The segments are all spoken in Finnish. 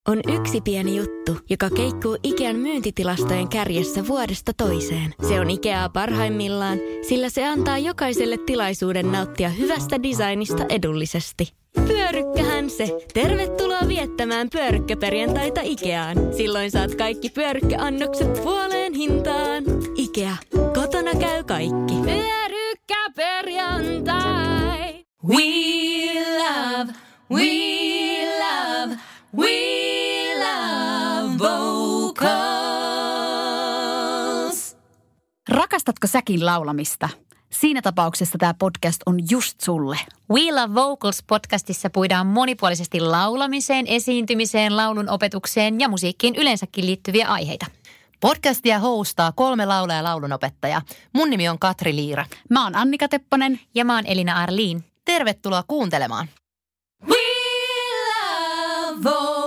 On yksi pieni juttu, joka keikkuu Ikean myyntitilastojen kärjessä vuodesta toiseen. Se on Ikeaa parhaimmillaan, sillä se antaa jokaiselle tilaisuuden nauttia hyvästä designista edullisesti. Pyörykkähän se! Tervetuloa viettämään pyörykkäperjantaita Ikeaan. Silloin saat kaikki pyörykkäannokset puoleen hintaan. Ikea. Kotona käy kaikki. Pyörykkäperjantai! We love vocals. Rakastatko säkin laulamista? Siinä tapauksessa tämä podcast on just sulle. We Love Vocals -podcastissa puidaan monipuolisesti laulamiseen, esiintymiseen, laulun opetukseen ja musiikkiin yleensäkin liittyviä aiheita. Podcastia hostaa 3 laulaja- ja laulunopettajaa. Mun nimi on Katri Liira. Mä oon Annika Tepponen. Ja mä oon Elina Arliin. Tervetuloa kuuntelemaan. We love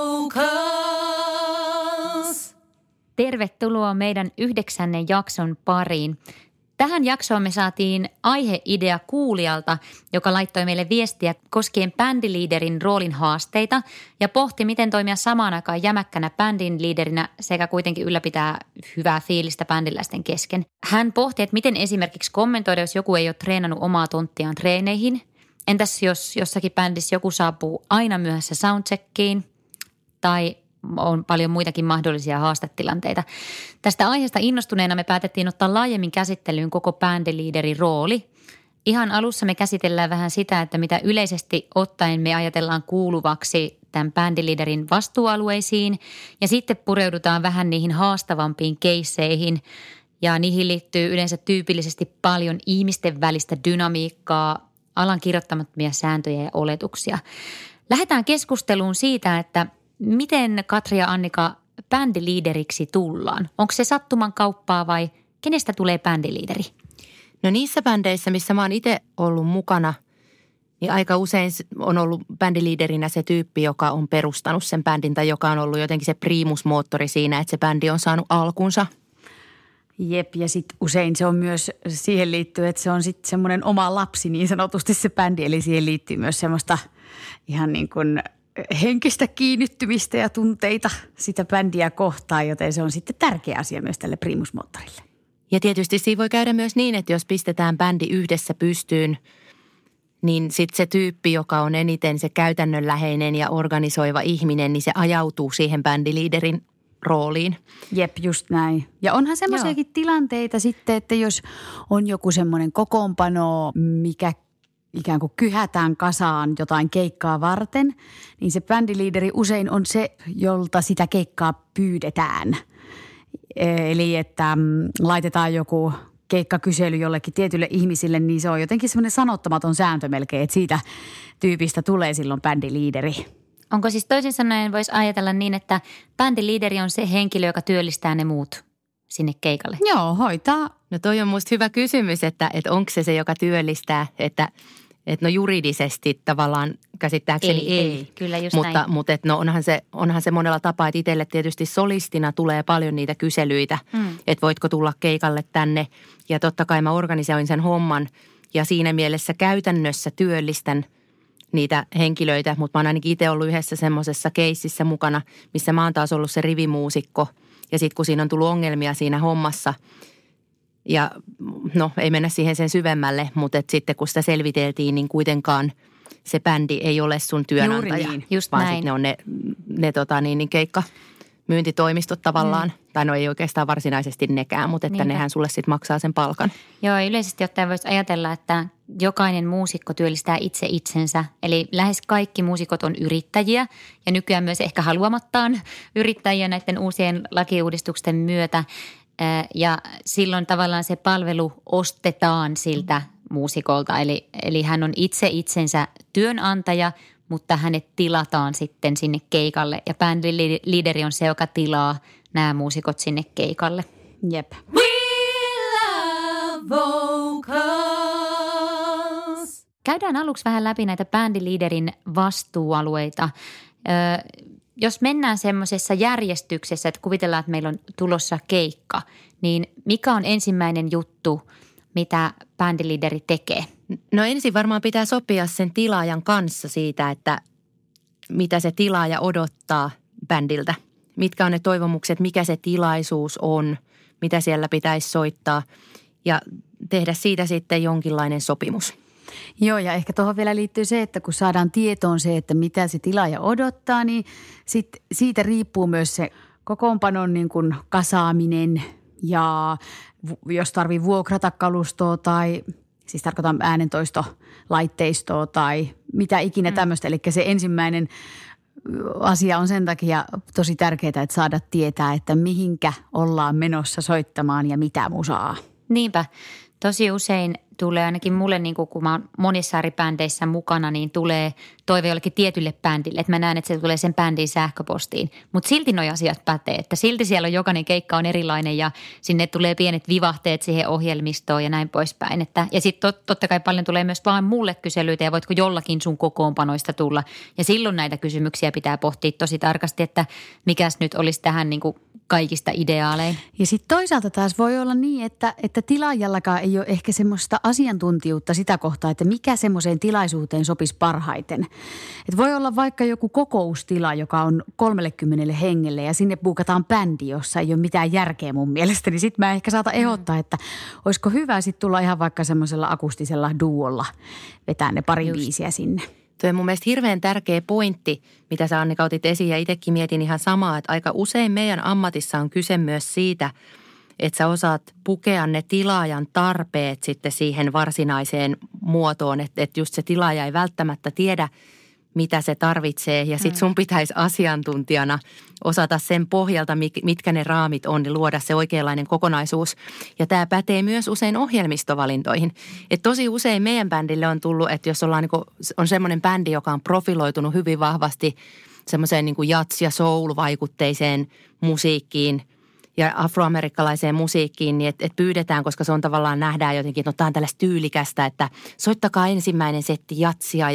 vocals. Tervetuloa meidän 9. jakson pariin. Tähän jaksoon me saatiin aiheidea kuulijalta, joka laittoi meille viestiä koskien bändiliiderin roolin haasteita ja pohti, miten toimia samaan aikaan jämäkkänä bändin liiderinä sekä kuitenkin ylläpitää hyvää fiilistä bändiläisten kesken. Hän pohti, että miten esimerkiksi kommentoida, jos joku ei ole treenannut omaa tonttiaan treeneihin. Entäs jos jossakin bändissä joku saapuu aina myöhässä soundcheckiin tai on paljon muitakin mahdollisia haastetilanteita. Tästä aiheesta innostuneena me päätettiin ottaa laajemmin käsittelyyn koko bändiliiderin rooli. Ihan alussa me käsitellään vähän sitä, että mitä yleisesti ottaen me ajatellaan kuuluvaksi tämän bändiliiderin vastuualueisiin ja sitten pureudutaan vähän niihin haastavampiin keisseihin ja niihin liittyy yleensä tyypillisesti paljon ihmisten välistä dynamiikkaa, alan kirjoittamattomia sääntöjä ja oletuksia. Lähdetään keskusteluun siitä, että miten Katri ja Annika bändiliideriksi tullaan? Onko se sattuman kauppaa vai kenestä tulee bändiliideri? No niissä bändeissä, missä mä oon itse ollut mukana, niin aika usein on ollut bändiliiderinä se tyyppi, joka on perustanut sen bändin tai joka on ollut jotenkin se primusmoottori siinä, että se bändi on saanut alkunsa. Jep, ja sitten usein se on myös siihen liittyy, että se on sitten semmoinen oma lapsi niin sanotusti se bändi, eli siihen liittyy myös semmoista ihan niin kuin henkistä kiinnittymistä ja tunteita sitä bändiä kohtaan, joten se on sitten tärkeä asia myös tälle primusmoottorille. Ja tietysti siinä voi käydä myös niin, että jos pistetään bändi yhdessä pystyyn, niin sitten se tyyppi, joka on eniten se käytännönläheinen ja organisoiva ihminen, niin se ajautuu siihen bändiliiderin rooliin. Jep, just näin. Ja onhan semmoisiakin tilanteita sitten, että jos on joku semmoinen kokoonpano, mikä ikään kuin kyhätään kasaan jotain keikkaa varten, niin se bändiliideri usein on se, jolta sitä keikkaa pyydetään. Eli että laitetaan joku keikkakysely jollekin tietylle ihmisille, niin se on jotenkin semmoinen sanottamaton sääntö melkein, että siitä tyypistä tulee silloin bändiliideri. Onko siis toisin sanoen voisi ajatella niin, että bändiliideri on se henkilö, joka työllistää ne muut sinne keikalle? Joo, hoitaa. No toi on musta hyvä kysymys, että onko se joka työllistää, että no juridisesti tavallaan käsittääkseni ei. Kyllä just näin. Mutta no onhan se monella tapaa, että itselle tietysti solistina tulee paljon niitä kyselyitä, että voitko tulla keikalle tänne. Ja totta kai mä organisoin sen homman ja siinä mielessä käytännössä työllistän niitä henkilöitä, mutta mä oon ainakin itse ollut yhdessä semmoisessa keississä mukana, missä mä oon taas ollut se rivimuusikko. Ja sitten kun siinä on tullut ongelmia siinä hommassa, ja no ei mennä siihen sen syvemmälle, mutta sitten kun sitä selviteltiin, niin kuitenkaan se bändi ei ole sun työnantaja. Juuri niin, just vaan näin. sitten ne on keikkamyyntitoimistot tavallaan. Tai no ei oikeastaan varsinaisesti nekään, mutta että nehän sulle sitten maksaa sen palkan. Joo, yleisesti ottaen voisi ajatella, että jokainen muusikko työllistää itse itsensä. Eli lähes kaikki muusikot on yrittäjiä ja nykyään myös ehkä haluamattaan yrittäjiä näiden uusien lakiuudistusten myötä. Ja silloin tavallaan se palvelu ostetaan siltä muusikolta, eli hän on itse itsensä työnantaja, mutta hänet tilataan sitten sinne keikalle ja bändiliideri on se, joka tilaa nämä muusikot sinne keikalle. Jep. We love vocals. Käydään aluksi vähän läpi näitä bändiliiderin vastuualueita. Jos mennään semmoisessa järjestyksessä, että kuvitellaan, että meillä on tulossa keikka, niin mikä on ensimmäinen juttu, mitä bändiliideri tekee? No ensin varmaan pitää sopia sen tilaajan kanssa siitä, että mitä se tilaaja odottaa bändiltä. Mitkä on ne toivomukset, mikä se tilaisuus on, mitä siellä pitäisi soittaa ja tehdä siitä sitten jonkinlainen sopimus. Joo, ja ehkä tuohon vielä liittyy se, että kun saadaan tietoon se, että mitä se tilaaja odottaa, niin siitä riippuu myös se kokoonpanon niin kuin kasaaminen ja jos tarvii vuokrata kalustoa tai siis tarkoitan äänentoistolaitteistoa tai mitä ikinä tämmöistä. Eli se ensimmäinen asia on sen takia tosi tärkeää, että saada tietää, että mihinkä ollaan menossa soittamaan ja mitä musaa. Niinpä. Tosi usein tulee ainakin mulle, niin kun mä oon monissa eri bändeissä mukana, niin tulee toive jollekin tietylle bändille. Että mä näen, että se tulee sen bändin sähköpostiin. Mutta silti nuo asiat pätee, että silti siellä on jokainen keikka on erilainen ja sinne tulee pienet vivahteet siihen ohjelmistoon ja näin poispäin. Ja sitten totta kai paljon tulee myös vaan mulle kyselyitä ja voitko jollakin sun kokoonpanoista tulla. Ja silloin näitä kysymyksiä pitää pohtia tosi tarkasti, että mikäs nyt olisi tähän niin kuin kaikista ideaalein. Ja sitten toisaalta taas voi olla niin, että tilaajallakaan ei ole ehkä semmoista asiantuntijuutta sitä kohtaa, että mikä semmoiseen tilaisuuteen sopisi parhaiten. Et voi olla vaikka joku kokoustila, joka on 30 hengelle ja sinne buukataan bändi, jossa ei ole mitään järkeä mun mielestä. Niin sitten mä ehkä saatan ehdottaa, että olisiko hyvä sitten tulla ihan vaikka semmoisella akustisella duolla vetää ne pari biisiä sinne. Tuo on mun mielestä hirveän tärkeä pointti, mitä sä Annika otit esiin ja itsekin mietin ihan samaa, että aika usein meidän ammatissa on kyse myös siitä, että sä osaat pukea ne tilaajan tarpeet sitten siihen varsinaiseen muotoon, että just se tilaaja ei välttämättä tiedä, mitä se tarvitsee ja sitten sun pitäisi asiantuntijana osata sen pohjalta, mitkä ne raamit on, niin luoda se oikeanlainen kokonaisuus. Ja tämä pätee myös usein ohjelmistovalintoihin. Et tosi usein meidän bändille on tullut, että jos on semmoinen bändi, joka on profiloitunut hyvin vahvasti semmoiseen niin kuin jats- ja soul-vaikutteiseen musiikkiin ja afroamerikkalaiseen musiikkiin, niin että pyydetään, koska se on tavallaan nähdään jotenkin, että tämä on tällaista tyylikästä, että soittakaa ensimmäinen setti jatsia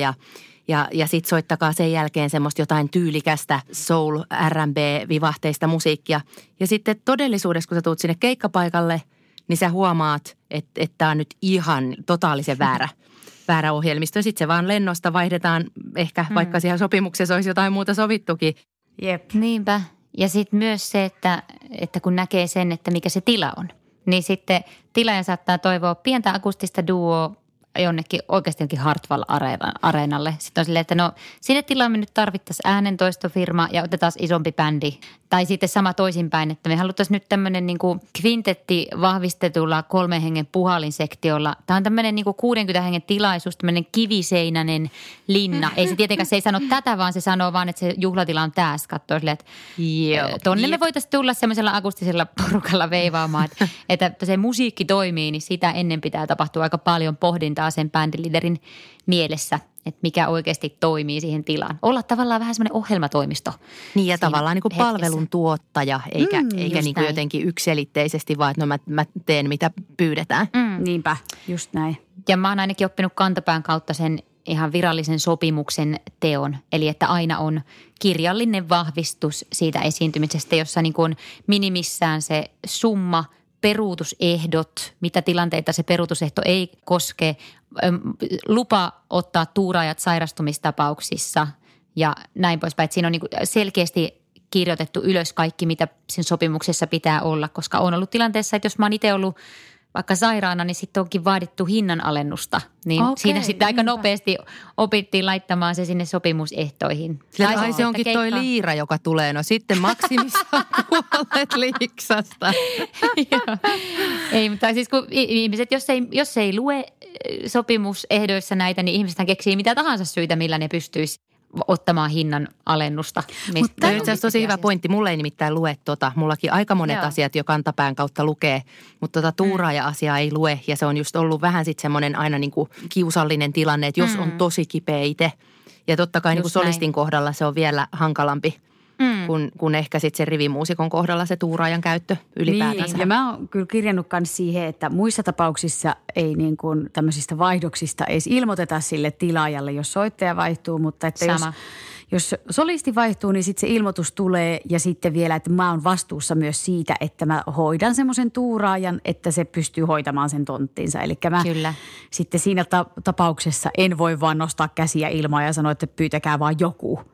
ja sitten soittakaa sen jälkeen semmoista jotain tyylikästä soul, R&B-vivahteista musiikkia. Ja sitten todellisuudessa, kun sä tuut sinne keikkapaikalle, niin sä huomaat, että tämä on nyt ihan totaalisen väärä ohjelmisto. Sitten se vaan lennosta vaihdetaan, ehkä vaikka siellä sopimuksessa olisi jotain muuta sovittukin. Jep. Niinpä. Ja sitten myös se, että kun näkee sen, että mikä se tila on, niin sitten tilaaja saattaa toivoa pientä akustista duoa jonnekin oikeasti jonkin Hartwall-areenalle. Sitten on silleen, että no sinne tilaan me nyt tarvittaisiin äänentoistofirma ja otetaan isompi bändi. Tai sitten sama toisinpäin, että me haluttaisiin nyt tämmöinen niin kuin kvintetti vahvistetulla 3 hengen puhalinsektiolla. Tämä on tämmöinen niin kuin 60 hengen tilaisuus, tämmöinen kiviseinäinen linna. Ei se tietenkään, se ei sano tätä, vaan se sanoo vaan, että se juhlatila on tässä. Katsoo silleen, että tonne me voitaisiin tulla semmoisella akustisella porukalla veivaamaan. Että se musiikki toimii, niin sitä ennen pitää tapahtua aika paljon pohdintaa sen bändiliderin mielessä, että mikä oikeasti toimii siihen tilaan. Olla tavallaan vähän semmoinen ohjelmatoimisto. Niin ja tavallaan niin kuin palveluntuottaja, eikä niin kuin jotenkin yksiselitteisesti, vaan että no mä teen mitä pyydetään. Niinpä, just näin. Ja mä oon ainakin oppinut kantapään kautta sen ihan virallisen sopimuksen teon. Eli että aina on kirjallinen vahvistus siitä esiintymisestä, jossa niin kuin on minimissään se summa, peruutusehdot, mitä tilanteita se peruutusehto ei koske, lupa ottaa tuuraajat sairastumistapauksissa ja näin poispäin. Että siinä on niin kuin selkeästi kirjoitettu ylös kaikki, mitä sen sopimuksessa pitää olla, koska on ollut tilanteessa, että jos mä oon itse ollut vaikka sairaana, niin sitten onkin vaadittu hinnanalennusta. Niin siinä sitten aika nopeasti opittiin laittamaan se sinne sopimusehtoihin. Ai se onkin toi liira, joka tulee. No sitten maksimissaan puolet liiksasta. Ei, mutta siis kun ihmiset, jos ei lue sopimusehdoissa näitä, niin ihmiset keksii mitä tahansa syitä, millä ne pystyisi ottamaan hinnan alennusta. Mutta tämä on itse asiassa tosi hyvä pointti. Mulla ei nimittäin lue Mullakin aika monet asiat jo kantapään kautta lukee, mutta tuuraaja-asiaa ei lue. Ja se on just ollut vähän sitten semmoinen aina niin kuin kiusallinen tilanne, että jos on tosi kipeä itse. Ja totta kai niin kuin solistin kohdalla se on vielä hankalampi kun ehkä sitten sen rivimuusikon kohdalla se tuuraajan käyttö ylipäätänsä. Niin, ja mä oon kyllä kirjannut myös siihen, että muissa tapauksissa ei niin kuin tämmöisistä vaihdoksista edes ilmoiteta sille tilaajalle, jos soittaja vaihtuu, mutta että jos solisti vaihtuu, niin sitten se ilmoitus tulee ja sitten vielä, että mä oon vastuussa myös siitä, että mä hoidan semmoisen tuuraajan, että se pystyy hoitamaan sen tonttinsa. Eli mä sitten siinä tapauksessa en voi vaan nostaa käsiä ilmaan ja sanoa, että pyytäkää vaan joku,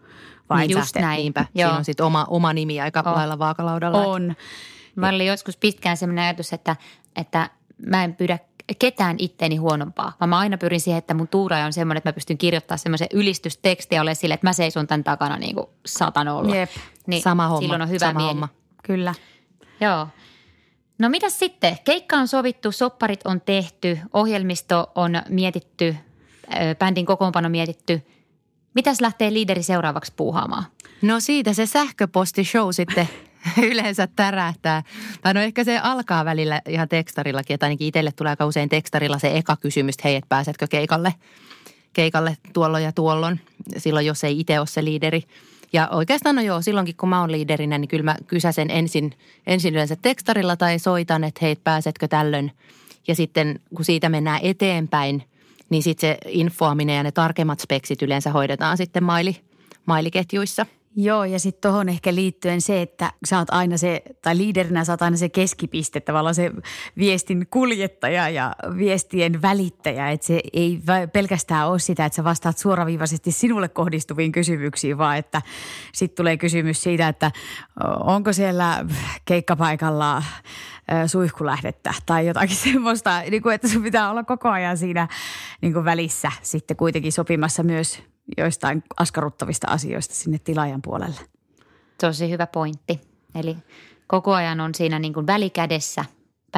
Vai just näin. Niinpä. Siinä on sitten oma nimi aika lailla vaakalaudalla. On. Mä olin joskus pitkään sellainen ajatus, että mä en pyydä ketään itteeni huonompaa, vaan mä aina pyrin siihen, että mun tuuraaja on semmoinen, että mä pystyn kirjoittamaan semmoisen ylistystekstiä ole sille, että mä seison tämän takana niin kuin satanolla. Jep. Niin sama homma. silloin on hyvä sama mieli. Homma. Kyllä. Joo. No mitäs sitten? Keikka on sovittu, sopparit on tehty, ohjelmisto on mietitty, bändin kokoonpano mietitty. Mitäs lähtee liideri seuraavaksi puuhaamaan? No siitä se sähköpostishow sitten yleensä tärähtää. Tai no ehkä se alkaa välillä ihan tekstarillakin, että ainakin itselle tulee aika usein tekstarilla se eka kysymys, että hei, et pääsetkö keikalle tuolloin ja tuolloin, silloin jos ei itse ole se liideri. Ja oikeastaan no joo, silloinkin kun mä oon liiderinä, niin kyllä mä kysäsen ensin yleensä tekstarilla tai soitan, että hei, pääsetkö tällöin. Ja sitten kun siitä mennään eteenpäin, niin sitten se infoaminen ja ne tarkemmat speksit yleensä hoidetaan sitten mailiketjuissa. Joo, ja sitten tuohon ehkä liittyen se, että sä oot aina se, tai liiderinä sä oot aina se keskipiste, tavallaan se viestin kuljettaja ja viestien välittäjä. Että se ei pelkästään ole sitä, että sä vastaat suoraviivaisesti sinulle kohdistuviin kysymyksiin, vaan että sitten tulee kysymys siitä, että onko siellä keikkapaikalla suihkulähdettä tai jotakin semmoista, niin kuin, että sun pitää olla koko ajan siinä niin kuin välissä sitten kuitenkin sopimassa myös joistain askarruttavista asioista sinne tilaajan puolelle. Tosi hyvä pointti. Eli koko ajan on siinä niin kuin välikädessä,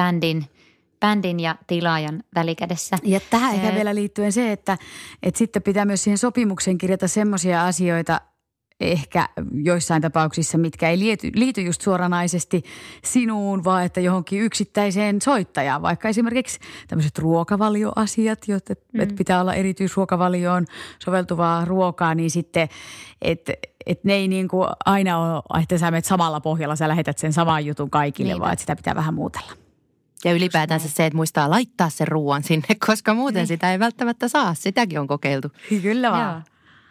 bändin ja tilaajan välikädessä. Ja tähän ehkä vielä liittyen se, että sitten pitää myös siihen sopimukseen kirjata semmoisia asioita, ehkä joissain tapauksissa, mitkä ei liity just suoranaisesti sinuun, vaan että johonkin yksittäiseen soittajaan. Vaikka esimerkiksi tämmöiset ruokavalioasiat, että pitää olla erityisruokavalioon soveltuvaa ruokaa, niin sitten, että ne ei niin kuin aina ole, että sä menet samalla pohjalla, sä lähetät sen saman jutun kaikille, niin, vaan että sitä pitää vähän muutella. Ja ylipäätänsä se, että muistaa laittaa sen ruoan sinne, koska muuten sitä ei välttämättä saa. Sitäkin on kokeiltu. Kyllä vaan.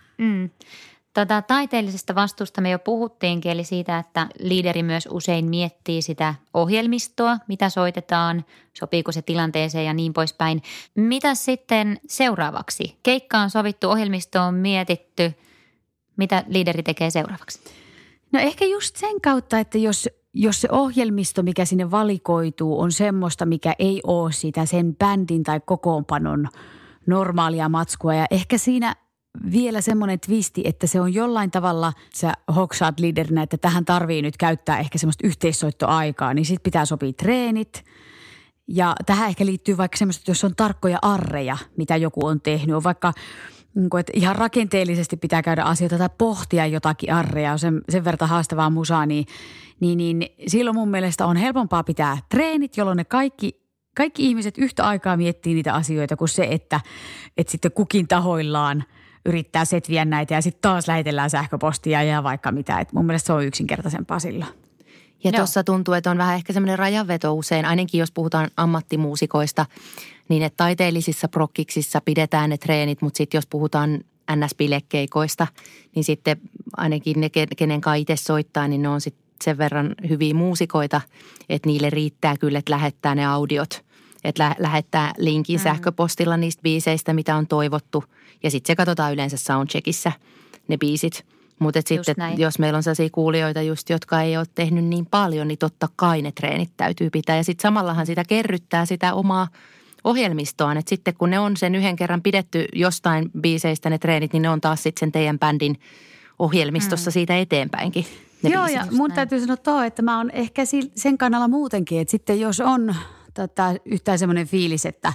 Taiteellisesta vastuusta me jo puhuttiinkin, eli siitä, että liideri myös usein miettii sitä ohjelmistoa, mitä soitetaan, sopiiko se tilanteeseen ja niin poispäin. Mitä sitten seuraavaksi? Keikka on sovittu, ohjelmisto on mietitty. Mitä liideri tekee seuraavaksi? No ehkä just sen kautta, että jos se ohjelmisto, mikä sinne valikoituu, on semmoista, mikä ei ole sitä sen bändin tai kokoonpanon normaalia matskua ja ehkä siinä vielä semmoinen twisti, että se on jollain tavalla, sä hoksaat liiderinä, että tähän tarvii nyt käyttää ehkä semmoista yhteissoittoaikaa, niin sit pitää sopia treenit. Ja tähän ehkä liittyy vaikka semmoista, että jos on tarkkoja arreja, mitä joku on tehnyt, on vaikka että ihan rakenteellisesti pitää käydä asioita tai pohtia jotakin arreja, on sen verran haastavaa musaa, niin silloin mun mielestä on helpompaa pitää treenit, jolloin ne kaikki ihmiset yhtä aikaa miettii niitä asioita kuin se, että sitten kukin tahoillaan yrittää setviä näitä ja sitten taas lähetellään sähköpostia ja vaikka mitä. Et mun mielestä se on yksinkertaisempaa silloin. Ja tuossa tuntuu, että on vähän ehkä semmoinen rajanveto usein, ainakin jos puhutaan ammattimuusikoista, niin että taiteellisissa prokkiksissa pidetään ne treenit, mutta sitten jos puhutaan NS-bilekeikoista, niin sitten ainakin ne, kenen itse soittaa, niin ne on sitten sen verran hyviä muusikoita, että niille riittää kyllä, että lähettää ne audiot. Että lähettää linkin sähköpostilla niistä biiseistä, mitä on toivottu. Ja sitten se katsotaan yleensä soundcheckissä ne biisit. Mutta sitten jos meillä on sellaisia kuulijoita just, jotka ei ole tehnyt niin paljon, niin totta kai ne treenit täytyy pitää. Ja sitten samallahan sitä kerryttää sitä omaa ohjelmistoaan. Että sitten kun ne on sen yhden kerran pidetty jostain biiseistä ne treenit, niin ne on taas sitten sen teidän bändin ohjelmistossa siitä eteenpäinkin. Joo, ja mun täytyy sanoa että mä oon ehkä sen kannalla muutenkin, että sitten jos on yhtään semmoinen fiilis, että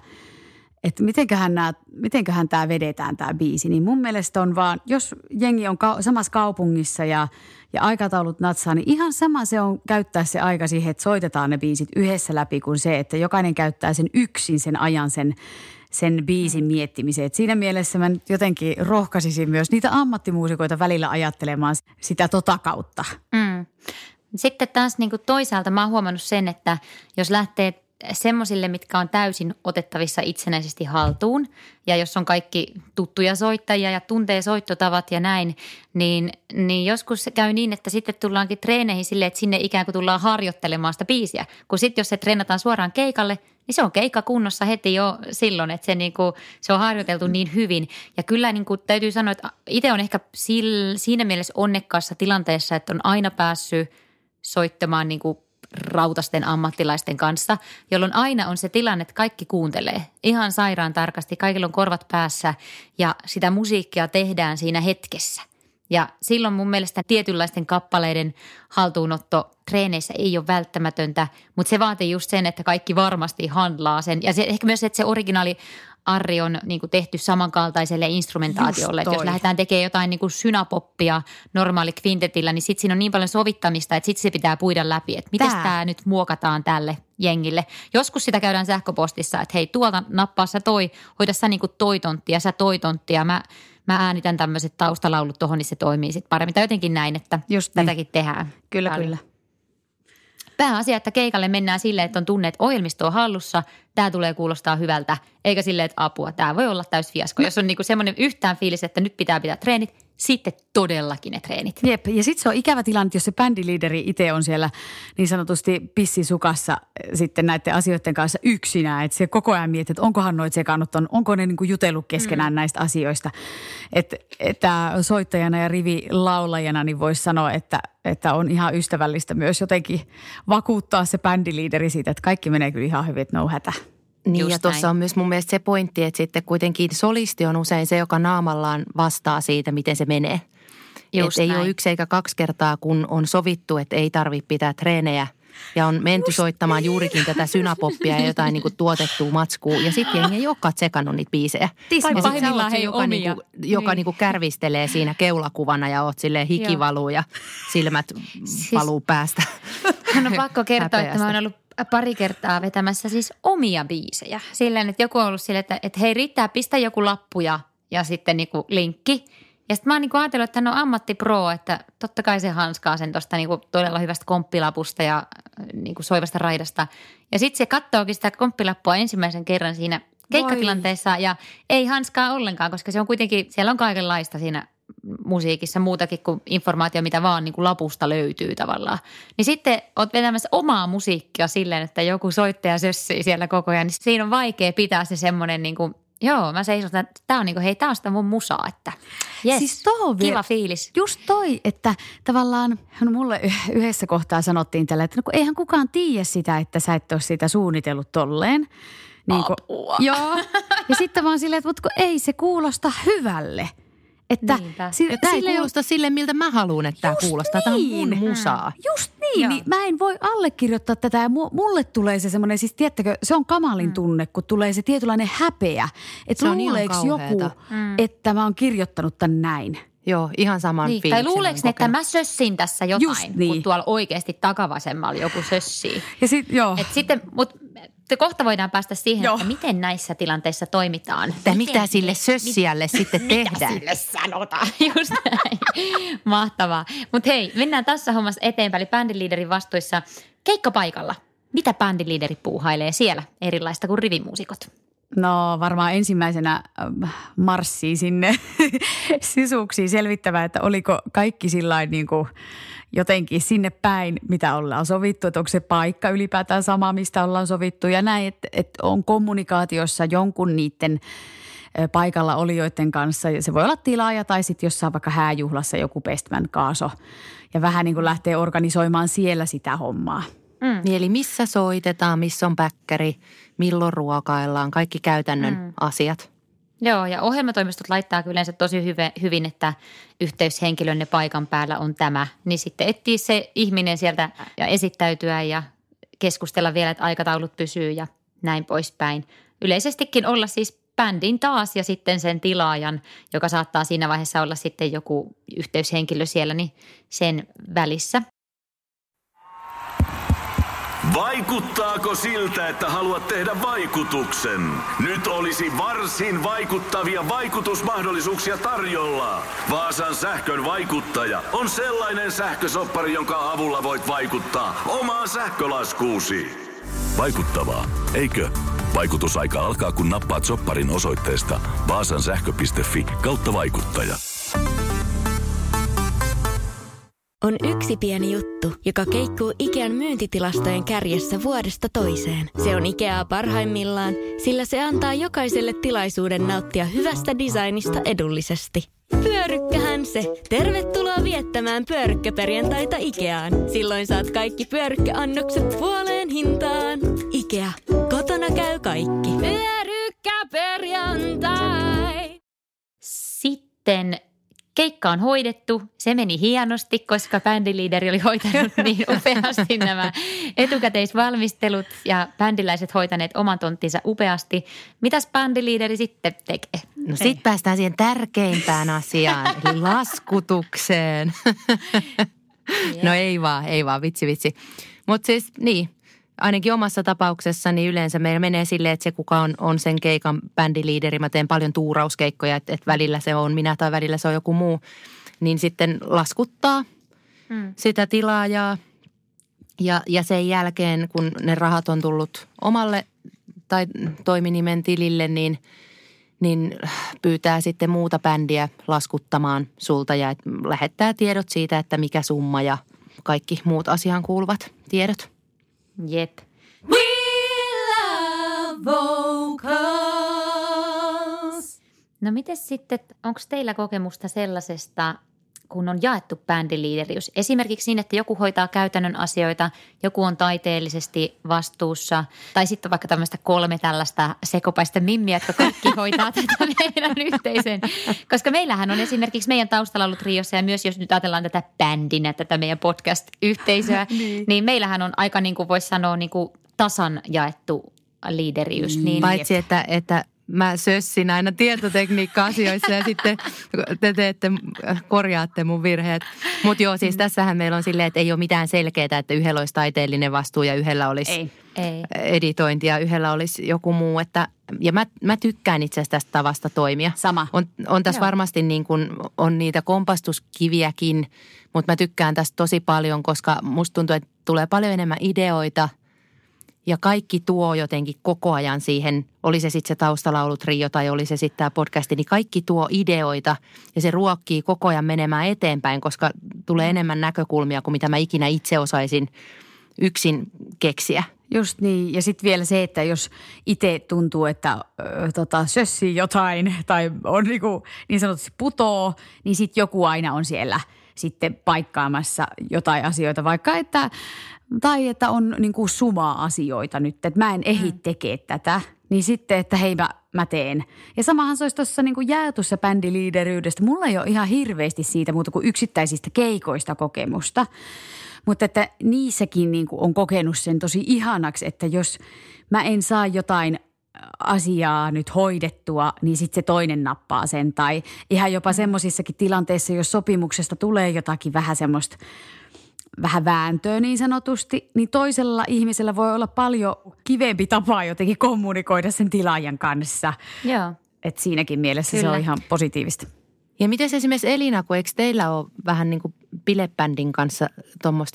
mitenköhän tämä vedetään tämä biisi, niin mun mielestä on vaan, jos jengi on samassa kaupungissa ja aikataulut natsaa, niin ihan sama se on käyttää se aika siihen, että soitetaan ne biisit yhdessä läpi kuin se, että jokainen käyttää sen yksin sen ajan sen biisin miettimiseen. Et siinä mielessä mä nyt jotenkin rohkaisisin myös niitä ammattimuusikoita välillä ajattelemaan sitä kautta. Sitten taas niin kuin toisaalta mä oon huomannut sen, että jos lähtee semmoisille, mitkä on täysin otettavissa itsenäisesti haltuun ja jos on kaikki tuttuja soittajia ja tuntee soittotavat ja näin, niin joskus se käy niin, että sitten tullaankin treeneihin silleen, että sinne ikään kuin tullaan harjoittelemaan sitä biisiä. Kun sitten jos se treenataan suoraan keikalle, niin se on keikka kunnossa heti jo silloin, että se on harjoiteltu niin hyvin. Ja kyllä täytyy sanoa, että itse on ehkä siinä mielessä onnekkaassa tilanteessa, että on aina päässyt soittamaan rautasten ammattilaisten kanssa, jolloin aina on se tilanne, että kaikki kuuntelee ihan sairaan tarkasti. Kaikilla on korvat päässä ja sitä musiikkia tehdään siinä hetkessä. Ja silloin mun mielestä tietynlaisten kappaleiden haltuunotto treeneissä ei ole välttämätöntä, mutta se vaatii just sen, että kaikki varmasti handlaa sen. Ja se, ehkä myös, että se originaali arri on tehty samankaltaiselle instrumentaatiolle. Että jos lähdetään tekemään jotain synapoppia normaali kvintetillä, niin sitten siinä on niin paljon sovittamista, että sitten se pitää puida läpi, että miten tämä nyt muokataan tälle jengille. Joskus sitä käydään sähköpostissa, että hei, tuolta nappaa sä hoida sä toi tontti ja sä toi tontti ja mä äänitän tämmöiset taustalaulut tuohon, niin se toimii sitten paremmin. Tai jotenkin näin, että just tätäkin tehdään. Kyllä, kyllä. Pääasia, että keikalle mennään silleen, että on tunne, että ohjelmisto on hallussa, tämä tulee kuulostaa hyvältä, eikä silleen, että apua, tämä voi olla täys fiasko. Jos on semmoinen yhtään fiilis, että nyt pitää treenit, sitten todellakin ne treenit. Jep, ja sitten se on ikävä tilanne, jos se bändiliideri itse on siellä niin sanotusti pissisukassa sitten näiden asioiden kanssa yksinään. Että se koko ajan miettii, että onkohan noit sekannut, onko ne jutellut keskenään näistä asioista. Että soittajana ja rivilaulajana niin voisi sanoa, että on ihan ystävällistä myös jotenkin vakuuttaa se bändiliideri siitä, että kaikki menee kyllä ihan hyvin, että no hätä. Niin ja tuossa on myös mun mielestä se pointti, että sitten kuitenkin solisti on usein se, joka naamallaan vastaa siitä, miten se menee. Että ei ole 1 eikä 2 kertaa, kun on sovittu, että ei tarvitse pitää treenejä ja on menty soittamaan juurikin tätä synapoppia ja jotain tuotettua matskua. Ja sitten jengi ei olekaan tsekannut niitä biisejä. Tai pahimmillaan he joka kärvistelee siinä keulakuvana ja oot silleen hiki valuu ja silmät valuu päästä. On pakko kertoa, että mä oon ollut pari kertaa vetämässä siis omia biisejä. Silleen, että joku on ollut silleen, että hei riittää, pistä joku lappu ja sitten linkki. Ja sitten mä oon ajatellut, että hän on ammattipro, että totta kai se hanskaa sen tuosta todella hyvästä komppilapusta ja soivasta raidasta. Ja sitten se kattookin sitä komppilappua ensimmäisen kerran siinä keikkatilanteessa ja ei hanskaa ollenkaan, koska se on kuitenkin, siellä on kaikenlaista siinä musiikissa muutakin kuin informaatio, mitä vaan lapusta löytyy tavallaan. Niin sitten oot vetämässä omaa musiikkia silleen, että joku soittaja sössii siellä koko ajan. Niin siinä on vaikea pitää se semmoinen joo, mä seison, että tää on hei, tää on sitä mun musaa, että jes, siis kiva fiilis. Just toi, että tavallaan mulle yhdessä kohtaa sanottiin tällä, että kun eihän kukaan tiedä sitä, että sä et ole sitä suunnitellut tolleen. Apua. Joo, ja sitten vaan silleen, että mutta ei se kuulosta hyvälle. Että tämä ei kuulosta sille, miltä mä haluan, että tämä kuulostaa. Tämä on mun musaa. Just niin, niin mä en voi allekirjoittaa tätä ja mulle tulee se semmoinen, siis tiedättekö, se on kamalin tunne, kun tulee se tietynlainen häpeä. Että luuleeko joku, että mä oon kirjoittanut tän näin. Joo, ihan saman fiiliksen. Tai luuleeko ne, että mä sössin tässä jotain, kun tuolla oikeasti takavasemmalla joku sössii. Ja sitten, mutta kohta voidaan päästä siihen, että miten näissä tilanteissa toimitaan. Mitä sille sössijälle sitten tehdään? Mitä sille sanotaan, just näin. Mahtavaa. Mutta hei, mennään tässä hommassa eteenpäin. Eli bändiliiderin vastuissa keikkapaikalla. Mitä bändiliideri puuhailee siellä erilaista kuin rivimuusikot? No varmaan ensimmäisenä marssii sinne sisuksiin selvittämään, että oliko kaikki sillain jotenkin sinne päin, mitä ollaan sovittu, että onko se paikka ylipäätään sama, mistä ollaan sovittu ja näin, että on kommunikaatiossa jonkun niiden paikalla olijoiden kanssa. Se voi olla tilaaja tai sitten jossain vaikka hääjuhlassa joku bestman kaaso ja vähän lähtee organisoimaan siellä sitä hommaa. Eli missä soitetaan, missä on päkkäri, milloin ruokaillaan, kaikki käytännön asiat. Joo, ja ohjelmatoimistot laittaa kyllä yleensä tosi hyvin, että yhteyshenkilönne paikan päällä on tämä. Niin sitten etsii se ihminen sieltä ja esittäytyä ja keskustella vielä, että aikataulut pysyy ja näin poispäin. Yleisestikin olla siis bändin taas ja sitten sen tilaajan, joka saattaa siinä vaiheessa olla sitten joku yhteyshenkilö siellä, niin sen välissä. Vaikuttaako siltä, että haluat tehdä vaikutuksen? Nyt olisi varsin vaikuttavia vaikutusmahdollisuuksia tarjolla. Vaasan sähkön vaikuttaja on sellainen sähkösoppari, jonka avulla voit vaikuttaa omaan sähkölaskuusi. Vaikuttavaa, eikö? Vaikutusaika alkaa, kun nappaat sopparin osoitteesta vaasansähkö.fi/vaikuttaja. on yksi pieni juttu, joka keikkuu Ikean myyntitilastojen kärjessä vuodesta toiseen. Se on Ikeaa parhaimmillaan, sillä se antaa jokaiselle tilaisuuden nauttia hyvästä designista edullisesti. Pyörykkähän se! Tervetuloa viettämään pyörykkäperjantaita Ikeaan. Silloin saat kaikki pyörykkäannokset puoleen hintaan. Ikea. Kotona käy kaikki. Pyörykkäperjantai! Sitten keikka on hoidettu. Se meni hienosti, koska bändiliideri oli hoitanut niin upeasti nämä etukäteisvalmistelut ja bändiläiset hoitaneet oman tonttinsa upeasti. Mitäs bändiliideri sitten tekee? No sit päästään siihen tärkeimpään asiaan, eli laskutukseen. No ei vaan, vitsi. Mutta siis niin, ainakin omassa tapauksessani yleensä meillä menee silleen, että se kuka on sen keikan bändiliideri, mä teen paljon tuurauskeikkoja, että välillä se on minä tai välillä se on joku muu, niin sitten laskuttaa sitä tilaajaa ja sen jälkeen, kun ne rahat on tullut omalle tai toiminimen tilille, niin pyytää sitten muuta bändiä laskuttamaan sulta ja lähettää tiedot siitä, että mikä summa ja kaikki muut asiaan kuuluvat tiedot. Jep. We love vocals. No mites sitten, onko teillä kokemusta sellaisesta, kun on jaettu bändiliideriys? Esimerkiksi niin, että joku hoitaa käytännön asioita, joku on taiteellisesti vastuussa. Tai sitten vaikka tämmöistä 3 tällaista sekopäistä mimmiä, jotka kaikki hoitaa tätä meidän yhteisön. Koska meillähän on esimerkiksi meidän taustalla ollut Riossa ja myös jos nyt ajatellaan tätä bändinä, tätä meidän podcast-yhteisöä, niin meillähän on aika niin kuin voisi sanoa niin kuin tasan jaettu liideriys. Niin paitsi, että mä sössin aina tietotekniikka-asioissa ja sitten te korjaatte mun virheet. Mutta joo, siis tässähän meillä on silleen, että ei ole mitään selkeää, että yhdellä olisi taiteellinen vastuu ja yhdellä olisi editointi ja yhdellä olisi joku muu. Ja mä tykkään itse asiassa tästä tavasta toimia. Sama. On tässä varmasti niin kuin, on niitä kompastuskiviäkin, mutta mä tykkään tästä tosi paljon, koska musta tuntuu, että tulee paljon enemmän ideoita. Ja kaikki tuo jotenkin koko ajan siihen, oli se sitten se taustalaulutrio tai oli se sitten tämä podcasti, niin kaikki tuo ideoita ja se ruokkii koko ajan menemään eteenpäin, koska tulee enemmän näkökulmia kuin mitä mä ikinä itse osaisin yksin keksiä. Just niin. Ja sitten vielä se, että jos itse tuntuu, että sössii jotain tai on niin sanotusti putoo, niin sitten joku aina on siellä sitten paikkaamassa jotain asioita, vaikka että on niin kuin sumaa asioita nyt, että mä en ehdi tekemään tätä, niin sitten, että hei mä teen. Ja samahan se olisi tuossa niin kuin jaetussa bändiliideryydestä. Mulla ei ole ihan hirveästi siitä muuta kuin yksittäisistä keikoista kokemusta, mutta että niissäkin niin kuin on kokenut sen tosi ihanaksi, että jos mä en saa jotain asiaa nyt hoidettua, niin sitten se toinen nappaa sen. Tai ihan jopa semmoisissakin tilanteissa, jos sopimuksesta tulee jotakin vähän semmoista vähän vääntöä niin sanotusti, niin toisella ihmisellä voi olla paljon kivempi tapa jotenkin kommunikoida sen tilaajan kanssa. Joo. Että siinäkin mielessä se on ihan positiivista. Ja miten esimerkiksi Elina, kun eikö teillä ole vähän niin kuin bilebändin kanssa tuommoista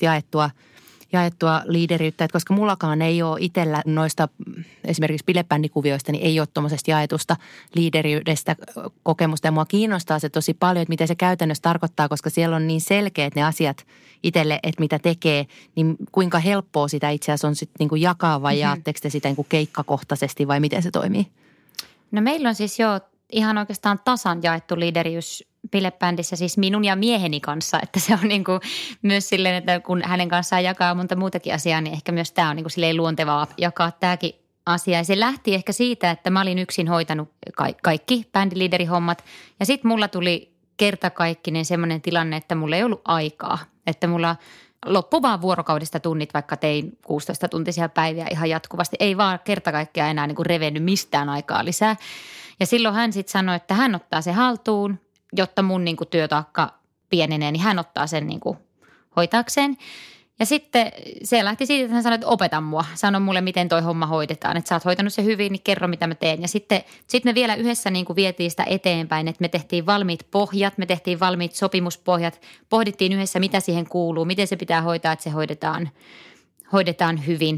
jaettua liideriyttä, että koska mullakaan ei ole itsellä noista esimerkiksi bilebändikuvioista, niin ei ole tuommoisesta jaetusta liideriydestä kokemusta. Ja mua kiinnostaa se tosi paljon, että mitä se käytännössä tarkoittaa, koska siellä on niin selkeät ne asiat itselle, että mitä tekee, niin kuinka helppoa sitä itse asiassa on sitten niin kuin jakaa vai jaatteko te sitä niin kuin keikkakohtaisesti vai miten se toimii? No meillä on siis jo ihan oikeastaan tasan jaettu liideriys bilebändissä siis minun ja mieheni kanssa, että se on niin kuin myös silleen, että kun hänen kanssaan jakaa monta muutakin asiaa, niin ehkä myös tämä on niin kuin silleen luontevaa jakaa tämäkin asia. Ja se lähti ehkä siitä, että mä olin yksin hoitanut kaikki bändiliiderihommat ja sitten mulla tuli kertakaikkinen semmoinen tilanne, että mulla ei ollut aikaa, että mulla loppu vaan vuorokaudesta tunnit, vaikka tein 16-tuntisia päiviä ihan jatkuvasti. Ei vaan kertakaikkiaan enää niin kuin revennyt mistään aikaa lisää. Ja silloin hän sitten sanoi, että hän ottaa se haltuun, jotta mun niin kuin työtaakka pienenee, niin hän ottaa sen niin kuin hoitaakseen. Ja sitten se lähti siitä, että hän sanoi, että opeta mua. Sano mulle, miten toi homma hoidetaan. Että sä oot hoitanut se hyvin, niin kerro, mitä mä teen. Ja sitten me vielä yhdessä niin kuin vietiin sitä eteenpäin, että me tehtiin valmiit pohjat, me tehtiin valmiit sopimuspohjat. Pohdittiin yhdessä, mitä siihen kuuluu, miten se pitää hoitaa, että se hoidetaan hyvin.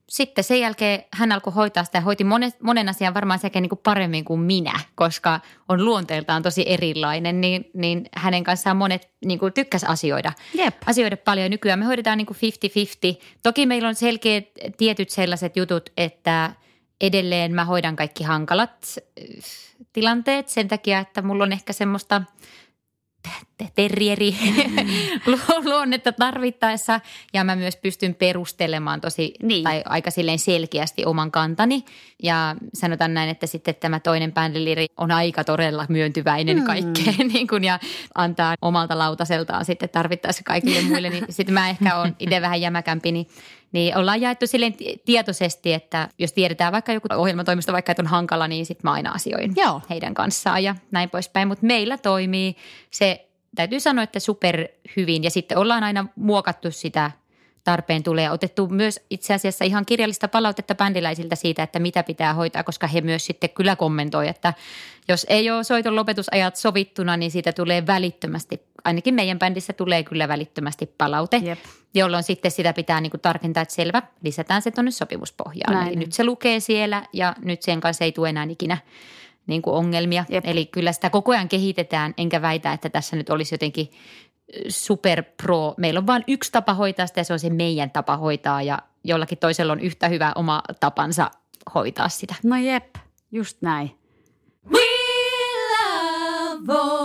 sitten sen jälkeen hän alkoi hoitaa sitä ja hoiti monen asian varmaan sekä niin kuin paremmin kuin minä, koska on luonteeltaan tosi erilainen, niin hänen kanssaan monet niin kuin tykkäs asioida paljon. Nykyään me hoidetaan niin kuin 50-50. Toki meillä on selkeät tietyt sellaiset jutut, että edelleen mä hoidan kaikki hankalat tilanteet sen takia, että mulla on ehkä semmoista terrieri luonnetta tarvittaessa ja mä myös pystyn perustelemaan tai aika silleen selkeästi oman kantani ja sanotaan näin, että sitten tämä toinen bandiliiri on aika todella myöntyväinen kaikkeen niin kun, ja antaa omalta lautaseltaan sitten tarvittaessa kaikille muille, niin sitten mä ehkä oon itse vähän jämäkämpi, niin ollaan jaettu silleen tietoisesti, että jos tiedetään vaikka joku ohjelmatoimisto vaikka, että on hankala, niin sitten mä aina asioin heidän kanssaan ja näin poispäin. Mutta meillä toimii se, täytyy sanoa, että super hyvin ja sitten ollaan aina muokattu sitä tarpeen tulee ja otettu myös itse asiassa ihan kirjallista palautetta bändiläisiltä siitä, että mitä pitää hoitaa, koska he myös sitten kyllä kommentoi, että jos ei ole soiton lopetusajat sovittuna, niin siitä tulee välittömästi, ainakin meidän bändissä tulee kyllä välittömästi palaute, jolloin sitten sitä pitää niin kuin tarkentaa, että selvä, lisätään se tuonne sopimuspohjaan. Eli nyt se lukee siellä ja nyt sen kanssa ei tule enää ikinä niin kuin ongelmia. Eli kyllä sitä koko ajan kehitetään, enkä väitä, että tässä nyt olisi jotenkin super pro. Meillä on vain yksi tapa hoitaa sitä ja se on se meidän tapa hoitaa ja jollakin toisella on yhtä hyvä oma tapansa hoitaa sitä. No jep, just näin. We love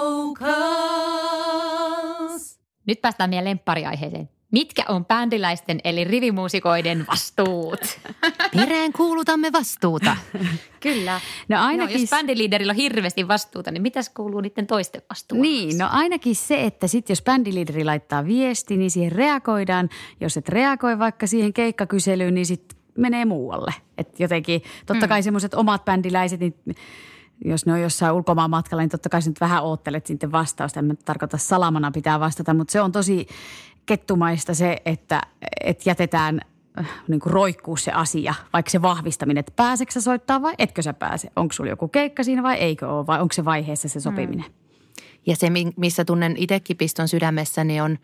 vocals. Nyt päästään meidän lemppariaiheeseen. Mitkä on bändiläisten eli rivimuusikoiden vastuut? Perään kuulutamme vastuuta. Kyllä. No ainakin... jos bändiliiderillä on hirveästi vastuuta, niin mitäs kuuluu niiden toisten vastuulle? Niin, no ainakin se, että sitten jos bändiliideri laittaa viesti, niin siihen reagoidaan. Jos et reagoi vaikka siihen keikkakyselyyn, niin sitten menee muualle. Että jotenkin, totta kai semmoiset omat bändiläiset, niin jos ne on jossain ulkomaan matkalla, niin totta kai sä nyt vähän oottelet sitten vastausta. En mä tarkoita salamana pitää vastata, mutta se on tosi kettumaista se, että jätetään niin kuin roikkuu se asia, vaikka se vahvistaminen, että pääseekö sä soittaa vai etkö sä pääse? Onko sulla joku keikka siinä vai eikö ole vai onko se vaiheessa se sopiminen? Ja se, missä tunnen itsekin piston sydämessäni on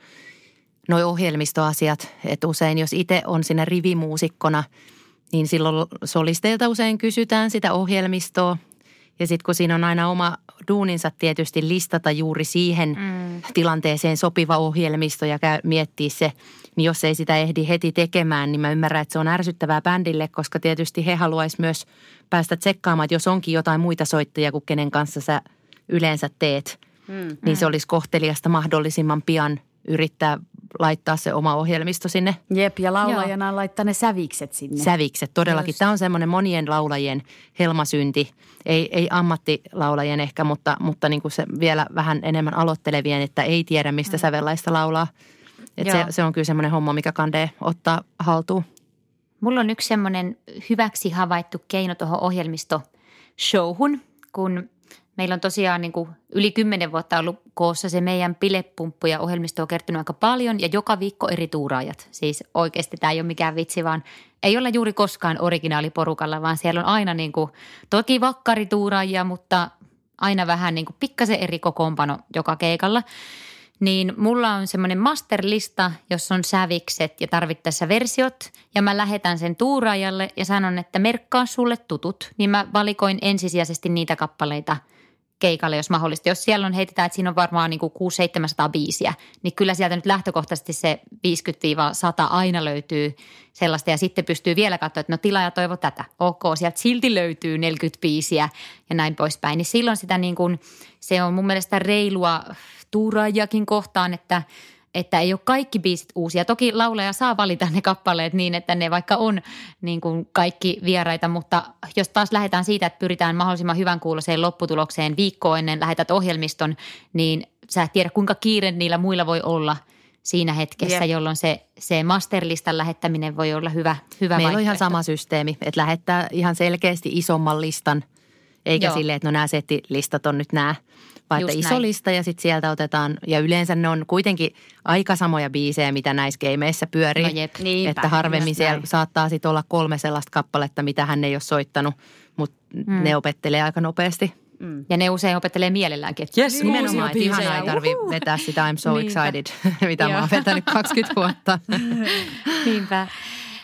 noi ohjelmistoasiat, että usein jos itse on siinä rivimuusikkona, niin silloin solisteilta usein kysytään sitä ohjelmistoa. Ja sitten kun siinä on aina oma duuninsa tietysti listata juuri siihen tilanteeseen sopiva ohjelmisto ja miettiä se, niin jos ei sitä ehdi heti tekemään, niin mä ymmärrän, että se on ärsyttävää bändille, koska tietysti he haluaisi myös päästä tsekkaamaan, että jos onkin jotain muita soittajia kuin kenen kanssa sä yleensä teet, niin se olisi kohteliasta mahdollisimman pian yrittää laittaa se oma ohjelmisto sinne. Jep, ja laulajana laittaa ne sävikset sinne. Sävikset, todellakin. Tämä on semmoinen monien laulajien helmasynti. Ei ammattilaulajien ehkä, mutta niin kuin se vielä vähän enemmän aloittelevien, että ei tiedä, mistä sävellaista laulaa. Että se on kyllä semmoinen homma, mikä kandee ottaa haltuun. Mulla on yksi semmoinen hyväksi havaittu keino tuohon ohjelmistoshowhun, kun meillä on tosiaan niin kuin yli 10 vuotta ollut koossa se meidän bilepumppu ja ohjelmisto on kertynyt aika paljon ja joka viikko eri tuuraajat. Siis oikeasti tämä ei ole mikään vitsi, vaan ei olla juuri koskaan originaaliporukalla, vaan siellä on aina niin kuin, toki vakkarituuraajia, mutta aina vähän niin kuin pikkasen eri kokoonpano joka keikalla. Niin mulla on semmoinen masterlista, jossa on sävikset ja tarvittaessa versiot ja mä lähetän sen tuuraajalle ja sanon, että merkkaa sulle tutut. Niin mä valikoin ensisijaisesti niitä kappaleita keikalle, jos mahdollista. Jos siellä on heitetään, että siinä on varmaan niin kuin 600-700 biisiä, niin kyllä sieltä nyt lähtökohtaisesti se 50-100 aina löytyy sellaista. Ja sitten pystyy vielä katsoa, että no tilaaja toivo tätä. Ok, sieltä silti löytyy 40 biisiä ja näin poispäin. Niin silloin sitä niin kuin, se on mun mielestä reilua tuuraajakin kohtaan, että ei ole kaikki biisit uusia. Toki laulaja saa valita ne kappaleet niin, että ne vaikka on niin kuin kaikki vieraita, mutta jos taas lähdetään siitä, että pyritään mahdollisimman hyvän kuuloiseen lopputulokseen viikkoa ennen lähetät ohjelmiston, niin sä et tiedä kuinka kiire niillä muilla voi olla siinä hetkessä, jolloin se masterlistan lähettäminen voi olla hyvä Meillä on ihan sama systeemi, että lähettää ihan selkeästi isomman listan, eikä silleen, että no nämä settilistat on nyt nämä. Vaan että iso lista ja sitten sieltä otetaan, ja yleensä ne on kuitenkin aika samoja biisejä, mitä näissä gameissä pyörii. No jep, että harvemmin siellä saattaa sitten olla 3 sellaista kappaletta, mitä hän ei ole soittanut, mutta ne opettelee aika nopeasti. Ja ne usein opettelee mielelläänkin, että jes, nimenomaan, että ihanaa ei tarvitse vetää sitä I'm so excited, mitä mä oon vetänyt 20 vuotta. Niinpä.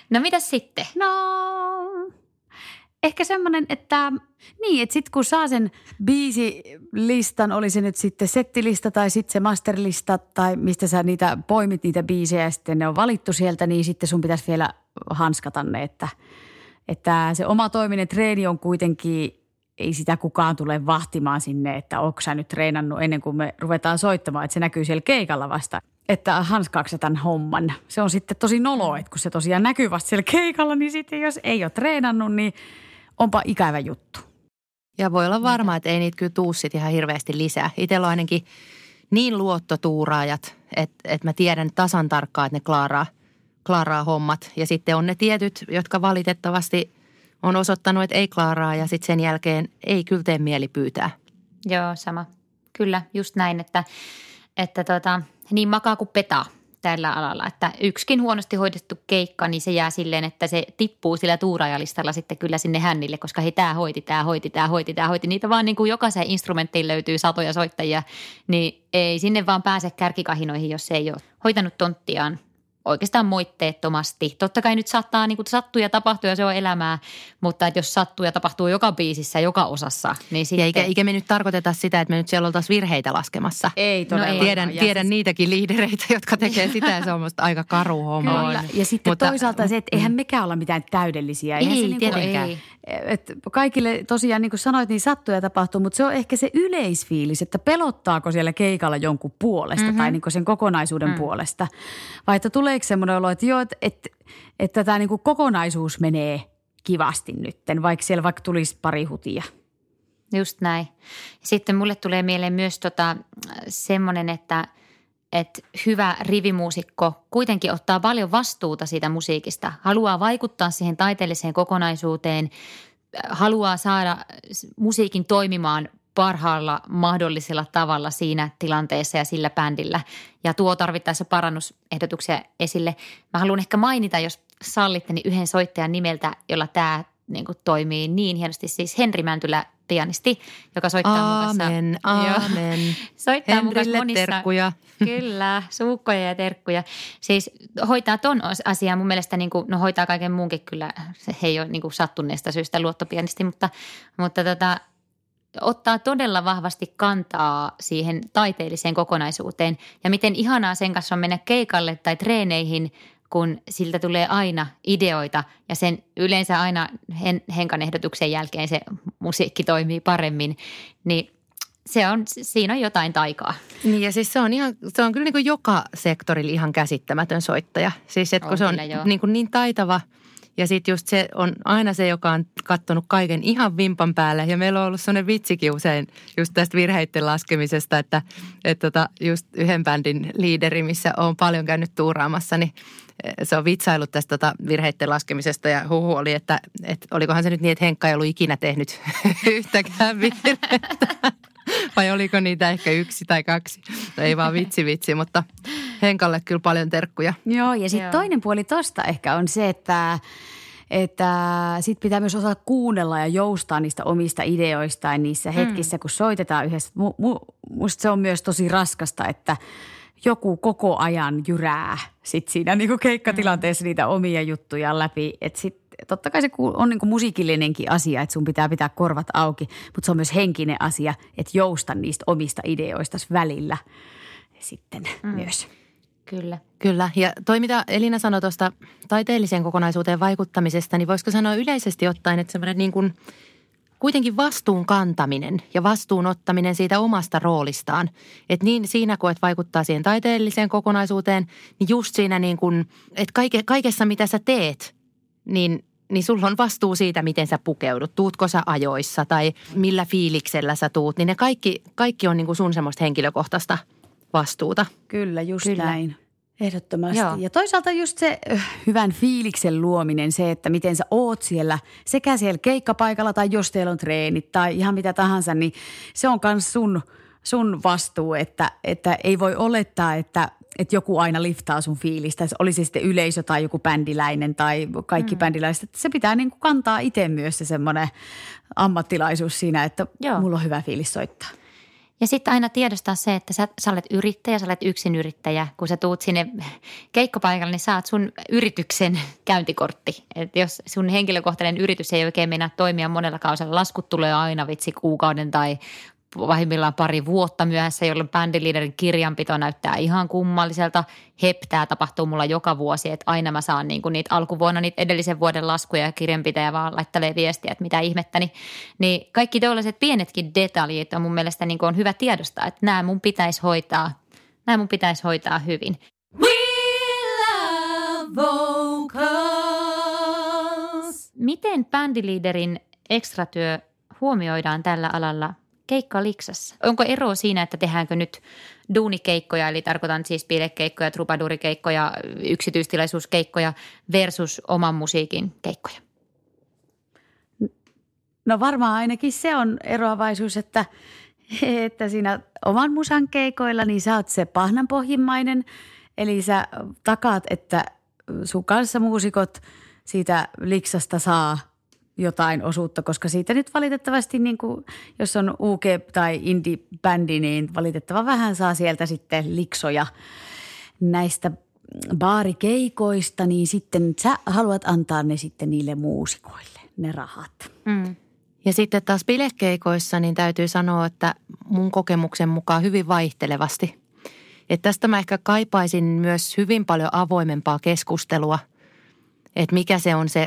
No mitäs sitten? No, ehkä semmoinen, että sitten kun saa sen biisilistan, oli se nyt sitten settilista tai sitten se masterlista tai mistä sä niitä poimit niitä biisejä ja sitten ne on valittu sieltä, niin sitten sun pitäisi vielä hanskata ne, että se oma toiminen treeni on kuitenkin, ei sitä kukaan tule vahtimaan sinne, että onko sä nyt treenannut ennen kuin me ruvetaan soittamaan, että se näkyy siellä keikalla vasta. Että hanskaako sä tämän homman. Se on sitten tosi noloa, että kun se tosiaan näkyy vasta siellä keikalla, niin sitten jos ei ole treenannut, niin onpa ikävä juttu. Ja voi olla varma, että ei niitä kyllä tuu sit ihan hirveästi lisää. Itsellä on ainakin niin luottotuuraajat, että mä tiedän tasan tarkkaan, että ne klaaraa hommat. Ja sitten on ne tietyt, jotka valitettavasti on osoittanut, että ei klaaraa ja sitten sen jälkeen ei kyllä tee mieli pyytää. Joo, sama. Kyllä, just näin, että niin makaa kuin petaa tällä alalla. Että yksikin huonosti hoidettu keikka, niin se jää silleen, että se tippuu sillä tuuraajalistalla sitten kyllä sinne hännille, koska hei, tämä hoiti. Niitä vaan niin kuin jokaiseen instrumenttiin löytyy satoja soittajia, niin ei sinne vaan pääse kärkikahinoihin, jos ei ole hoitanut tonttiaan oikeastaan moitteettomasti. Totta kai nyt saattaa niin kuin sattua ja tapahtua ja se on elämää, mutta että jos sattuu ja tapahtuu joka biisissä, joka osassa, niin sitten... Ja eikä me nyt tarkoiteta sitä, että me nyt siellä oltaisiin virheitä laskemassa. Ei todella. Tiedän niitäkin liidereitä, jotka tekee sitä ja se on musta aika karu homma. Kyllä. Ja sitten toisaalta se, että eihän mekään olla mitään täydellisiä. Ei tietenkään. Että kaikille tosiaan niin kuin sanoit, niin sattuu ja tapahtuu, mutta se on ehkä se yleisfiilis, että pelottaako siellä keikalla jonkun puolesta tai niin kuin sen kokonaisuuden puolesta. Vai että tuleeko semmoinen olo, että joo, että tämä niin kuin kokonaisuus menee kivasti nytten, vaikka tulisi pari hutia. Just näin. Sitten mulle tulee mieleen myös semmoinen, että hyvä rivimuusikko kuitenkin ottaa paljon vastuuta siitä musiikista. Haluaa vaikuttaa siihen taiteelliseen kokonaisuuteen, haluaa saada musiikin toimimaan parhaalla mahdollisella tavalla siinä tilanteessa ja sillä bändillä. Ja tuo tarvittaessa parannusehdotuksia esille. Mä haluan ehkä mainita, jos sallitte, niin yhden soittajan nimeltä, jolla tämä niin kuin toimii niin hienosti. Siis Henri Mäntylä, pianisti, joka soittaa aamen. Soittaa Henrille monissa, terkkuja. Kyllä, suukkoja ja terkkuja. Siis hoitaa ton asian mun mielestä, niin kuin, hoitaa kaiken muunkin kyllä. Se ei ole niin kuin sattuneesta syystä luottopianisti, mutta ottaa todella vahvasti kantaa siihen taiteelliseen kokonaisuuteen. Ja miten ihanaa sen kanssa on mennä keikalle tai treeneihin, kun siltä tulee aina ideoita ja sen yleensä aina Henkan ehdotuksen jälkeen se musiikki toimii paremmin, niin siinä on jotain taikaa. Niin ja siis se on kyllä niin kuin joka sektorilla ihan käsittämätön soittaja. Siis että kun se on niin taitava ja sitten just se on aina se, joka on kattonut kaiken ihan vimpan päälle. Ja meillä on ollut sellainen vitsikin usein just tästä virheiden laskemisesta, että just yhden bändin liideri, missä on paljon käynyt tuuraamassa, niin se on vitsailut tästä virheiden laskemisesta ja huhu oli, että olikohan se nyt niin, että Henkka ei ollut ikinä tehnyt yhtäkään virhettä. Vai oliko niitä ehkä 1 tai 2? No ei vaan vitsi, mutta Henkalle kyllä paljon terkkuja. Joo, ja sitten toinen puoli tosta ehkä on se, että sit pitää myös osata kuunnella ja joustaa niistä omista ideoistaan niissä hetkissä, kun soitetaan yhdessä. Musta se on myös tosi raskasta, että joku koko ajan jyrää sit siinä niinku keikkatilanteessa niitä omia juttujaan läpi. Että sitten totta kai se on niinku musiikillinenkin asia, että sun pitää pitää korvat auki, mutta se on myös henkinen asia, että jousta niistä omista ideoista välillä sitten myös. Kyllä. Ja toi, mitä Elina sanoi tuosta taiteelliseen kokonaisuuteen vaikuttamisesta, niin voisiko sanoa yleisesti ottaen, että semmoinen niin kuin kuitenkin vastuun kantaminen ja vastuun ottaminen siitä omasta roolistaan. Että niin siinä, kun et vaikuttaa siihen taiteelliseen kokonaisuuteen, niin just siinä niin kuin, että kaikessa mitä sä teet, niin sulla on vastuu siitä, miten sä pukeudut. Tuutko sä ajoissa tai millä fiiliksellä sä tuut, niin ne kaikki on niin kuin sun semmoista henkilökohtaista vastuuta. Kyllä, just näin. Ehdottomasti. Joo. Ja toisaalta just se hyvän fiiliksen luominen, se, että miten sä oot siellä, sekä siellä keikkapaikalla tai jos teillä on treenit tai ihan mitä tahansa, niin se on myös sun vastuu, että ei voi olettaa, että joku aina liftaa sun fiilistä. Oli se sitten yleisö tai joku bändiläinen tai kaikki bändiläiset. Se pitää niin kuin kantaa itse myös se semmoinen ammattilaisuus siinä, että mulla on hyvä fiilis soittaa. Ja sitten aina tiedostaa se, että sä olet yrittäjä, sä olet yksinyrittäjä. Kun sä tuut sinne keikkapaikalle, niin saat sun yrityksen käyntikortti. Et jos sun henkilökohtainen yritys ei oikein mennä toimia monella kausella, laskut tulee aina kuukauden tai pahimmillaan pari vuotta myöhässä, jolloin bändiliiderin kirjanpito näyttää ihan kummalliselta. Tää tapahtuu mulla joka vuosi, että aina mä saan niinku niitä alkuvuonna niitä edellisen vuoden laskuja ja kirjanpitäjä vaan laittelee viestiä, että mitä ihmettä. Niin kaikki tällaiset pienetkin detaljit on mun mielestä niinku on hyvä tiedostaa, että nämä mun pitäisi hoitaa hyvin. We love vocals. Miten bändiliiderin ekstratyö huomioidaan tällä alalla keikkaliksassa? Onko ero siinä, että tehdäänkö nyt duunikeikkoja, eli tarkoitan siis bilekeikkoja, trubadurikeikkoja, yksityistilaisuuskeikkoja versus oman musiikin keikkoja? No varmaan ainakin se on eroavaisuus, että siinä oman musan keikoilla niin sä oot se pahnanpohjimmainen, eli sä takaat, että sun kanssa muusikot siitä liksasta saa jotain osuutta, koska siitä nyt valitettavasti, niin kuin, jos on UK tai indie-bändi, niin valitettavan vähän saa sieltä sitten liksoja näistä baarikeikoista, niin sitten sä haluat antaa ne sitten niille muusikoille, ne rahat. Mm. Ja sitten taas bilekeikoissa, niin täytyy sanoa, että mun kokemuksen mukaan hyvin vaihtelevasti. Että tästä mä ehkä kaipaisin myös hyvin paljon avoimempaa keskustelua, että mikä se on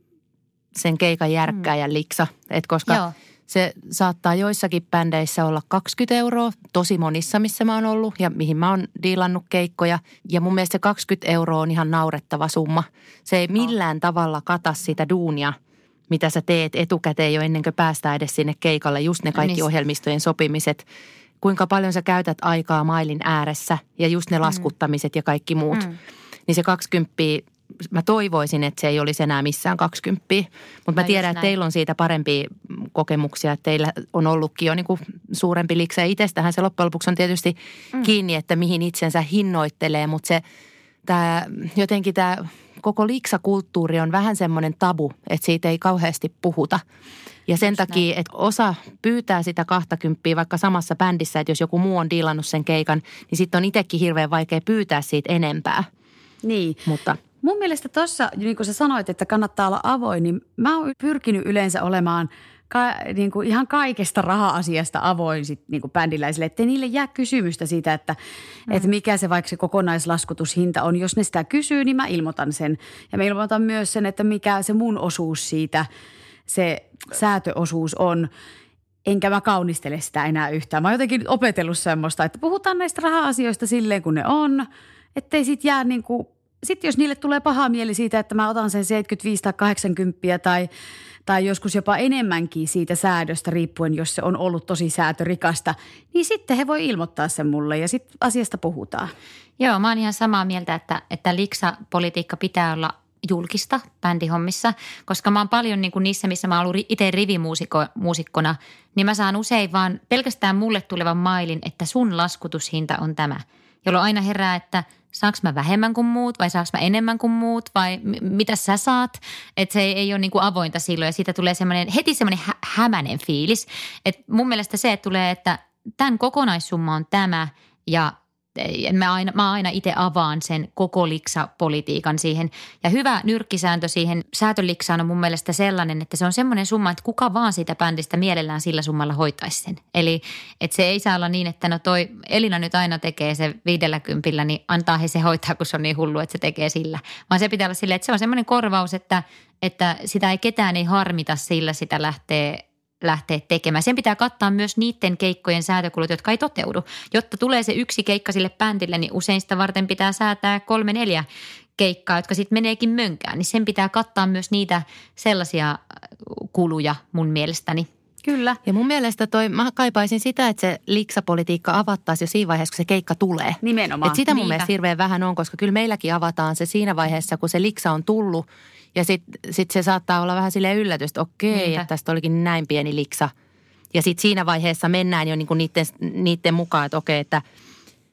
sen keikan järkkääjän liksa, että koska se saattaa joissakin bändeissä olla 20 €, tosi monissa, missä mä oon ollut ja mihin mä oon diilannut keikkoja. Ja mun mielestä se 20 € on ihan naurettava summa. Se ei millään tavalla kata sitä duunia, mitä sä teet etukäteen jo ennen kuin päästään edes sinne keikalle. Just ne kaikki ohjelmistojen sopimiset, kuinka paljon sä käytät aikaa mailin ääressä ja just ne laskuttamiset ja kaikki muut. Niin se 20, mä toivoisin, että se ei olisi enää missään 20. Mutta mä tiedän, että teillä on siitä parempia kokemuksia, että teillä on ollutkin jo niin kuin suurempi liksa. Ja itsestähän se loppujen lopuksi on tietysti kiinni, että mihin itsensä hinnoittelee. Mutta jotenkin tämä koko liksakulttuuri on vähän semmoinen tabu, että siitä ei kauheasti puhuta. Ja sen takia, että osa pyytää sitä 20 vaikka samassa bändissä, että jos joku muu on diilannut sen keikan, niin sitten on itsekin hirveän vaikea pyytää siitä enempää. Niin. Mutta mun mielestä tuossa, niin kuin sä sanoit, että kannattaa olla avoin, niin mä oon pyrkinyt yleensä olemaan niin kuin ihan kaikesta raha-asiasta avoin sit, niin kuin bändiläisille, ettei niille jää kysymystä siitä, että mikä se vaikka se kokonaislaskutushinta on. Jos ne sitä kysyy, niin mä ilmoitan sen. Ja mä ilmoitan myös sen, että mikä se mun osuus siitä, se säätöosuus on. Enkä mä kaunistele sitä enää yhtään. Mä oon jotenkin opetellut semmoista, että puhutaan näistä raha-asioista silleen, kun ne on. Ettei sit jää niin kuin, sit jos niille tulee paha mieli siitä, että mä otan sen 75 tai 80 tai joskus jopa enemmänkin siitä säädöstä riippuen, jos se on ollut tosi säätörikasta, niin sitten he voi ilmoittaa sen mulle ja sitten asiasta puhutaan. Joo, mä oon ihan samaa mieltä, että liksapolitiikka pitää olla julkista bändihommissa, koska mä oon paljon niin kuin niissä, missä mä oon ollut itse rivimuusikkona, niin mä saan usein vaan pelkästään mulle tulevan mailin, että sun laskutushinta on tämä, jolloin aina herää, että saanko mä vähemmän kuin muut vai saanko mä enemmän kuin muut vai mitä sä saat? Että se ei ole niin kuin avointa silloin ja siitä tulee heti semmoinen hämäinen fiilis. Että mun mielestä se, että tulee, että tämän kokonaissumma on tämä ja mä aina itse avaan sen koko liksapolitiikan siihen. Ja hyvä nyrkkisääntö siihen säätöliksaan on mun mielestä sellainen, että se on semmoinen summa, että kuka vaan siitä bändistä mielellään sillä summalla hoitaisi sen. Eli että se ei saa olla niin, että no toi Elina nyt aina tekee se 50, niin antaa he se hoitaa, kun se on niin hullu, että se tekee sillä. Vaan se pitää olla silleen, että se on semmoinen korvaus, että sitä ei ketään ei harmita sillä sitä lähteä tekemään. Sen pitää kattaa myös niiden keikkojen säätökulut, jotka ei toteudu. Jotta tulee se yksi keikka sille bändille, niin usein sitä varten pitää säätää 3-4 keikkaa, jotka sitten meneekin mönkään. Niin sen pitää kattaa myös niitä sellaisia kuluja mun mielestäni. Kyllä. Ja mun mielestä mä kaipaisin sitä, että se liksapolitiikka avattaisiin jo siinä vaiheessa, kun se keikka tulee. Nimenomaan. Että sitä mun mielestä hirveän vähän on, koska kyllä meilläkin avataan se siinä vaiheessa, kun se liksa on tullut. Ja sit se saattaa olla vähän silleen yllätys, että okei, että tästä olikin näin pieni liksa. Ja sitten siinä vaiheessa mennään jo niinku niiden mukaan, että okei, että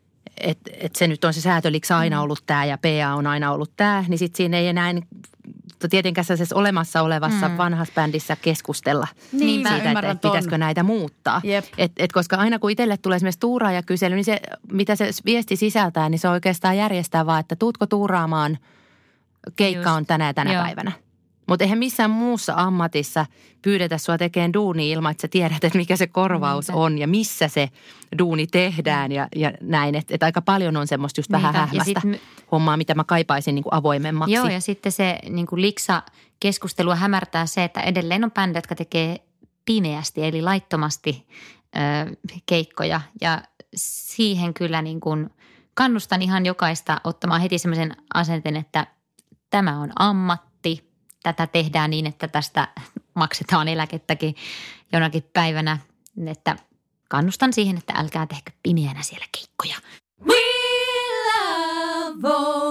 se nyt on se säätöliksa aina ollut tämä ja PA on aina ollut tämä. Niin sitten siinä ei enää tietenkään sellaisessa olemassa olevassa vanhassa bändissä keskustella Niin, siitä, että pitäisikö näitä muuttaa. Koska aina kun itselle tulee esimerkiksi tuuraajakysely, niin se, mitä se viesti sisältää, niin se on oikeastaan järjestää vaan, että tuutko tuuraamaan, keikka on tänä päivänä. Mutta eihän missään muussa ammatissa pyydetä sua tekemään duunia ilman, että sä tiedät, että mikä se korvaus on ja missä se duuni tehdään ja näin. Että aika paljon on semmoista just vähän hähmästä hommaa, mitä mä kaipaisin niin kuin avoimemmaksi. Joo, ja sitten se niin kuin liksa-keskustelua hämärtää se, että edelleen on bändejä, jotka tekee pimeästi eli laittomasti keikkoja. Ja siihen kyllä niin kuin kannustan ihan jokaista ottamaan heti semmoisen asenteen, että tämä on ammatti. Tätä tehdään niin, että tästä maksetaan eläkettäkin jonakin päivänä, että kannustan siihen, että älkää tehkö pimeänä siellä keikkoja. We love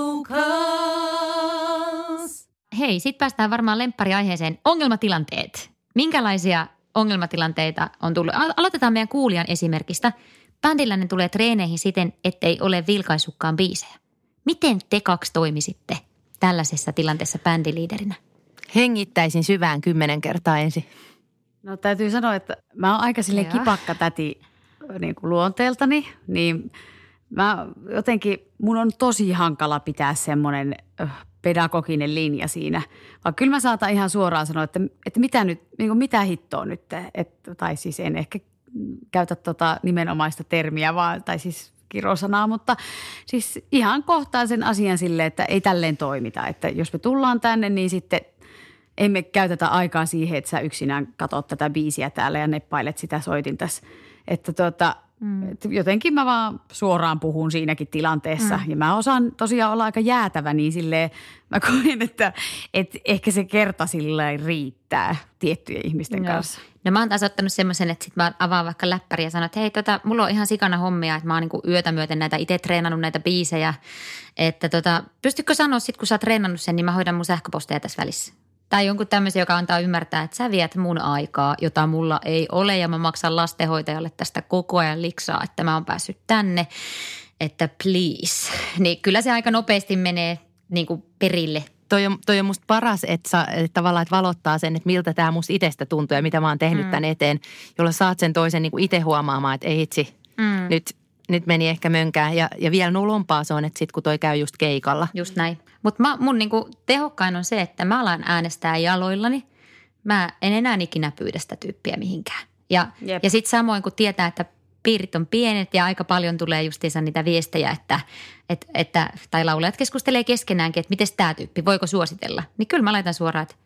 vocals. Hei, sit päästään varmaan lemppariaiheeseen. Ongelmatilanteet. Minkälaisia ongelmatilanteita on tullut? Aloitetaan meidän kuulijan esimerkistä. Bändilläinen tulee treeneihin siten, ettei ole vilkaissutkaan biisejä. Miten te kaksi toimisitte tällaisessa tilanteessa bändiliiderinä? Hengittäisin syvään 10 kertaa ensin. No täytyy sanoa, että mä oon aika silleen kipakka täti niin kuin luonteeltani, niin mä jotenkin, mun on tosi hankala pitää semmoinen pedagoginen linja siinä. Vaan kyllä mä saatan ihan suoraan sanoa, että mitä nyt, niin kuin mitä hittoa nyt, tai siis en ehkä käytä nimenomaista termiä, vaan, tai siis kirosanaa, mutta siis ihan kohtaan sen asian silleen, että ei tälleen toimita. Että jos me tullaan tänne, niin sitten emme käytetä aikaa siihen, että sä yksinään katot tätä biisiä täällä ja neppailet sitä soitin tässä. Että jotenkin mä vaan suoraan puhun siinäkin tilanteessa. Ja mä osaan tosiaan olla aika jäätävä, niin silleen mä koen, että ehkä se kerta silleen riittää tiettyjen ihmisten kanssa. No mä oon taas ottanut semmoisen, että sit mä avaan vaikka läppäriä ja sanon, että hei mulla on ihan sikana hommia, että mä oon niinku yötä myöten näitä itse treenannut näitä biisejä. Että pystytkö sanoa sit, kun sä oot treenannut sen, niin mä hoidan mun sähköposteja tässä välissä. Tai jonkun tämmöisen, joka antaa ymmärtää, että sä viet mun aikaa, jota mulla ei ole ja mä maksan lastenhoitajalle tästä koko ajan liksaa, että mä oon päässyt tänne, että please. Niin kyllä se aika nopeasti menee niin kuin perille. Toi on musta paras, että tavallaan että valottaa sen, että miltä tämä musta itsestä tuntuu ja mitä mä oon tehnyt tämän eteen, jolloin saat sen toisen niin kuin itse huomaamaan, että ei itse, nyt meni ehkä mönkään. Ja vielä nolompaa se on, että sit kun toi käy just keikalla. Just näin. Mutta mun niinku tehokkain on se, että mä alan äänestää jaloillani. Mä en enää ikinä pyydä sitä tyyppiä mihinkään. Ja sitten samoin kun tietää, että piirit on pienet ja aika paljon tulee justiinsa niitä viestejä, tai laulajat keskustelee keskenäänkin, että miten tämä tyyppi, voiko suositella. Niin kyllä mä laitan suoraan, että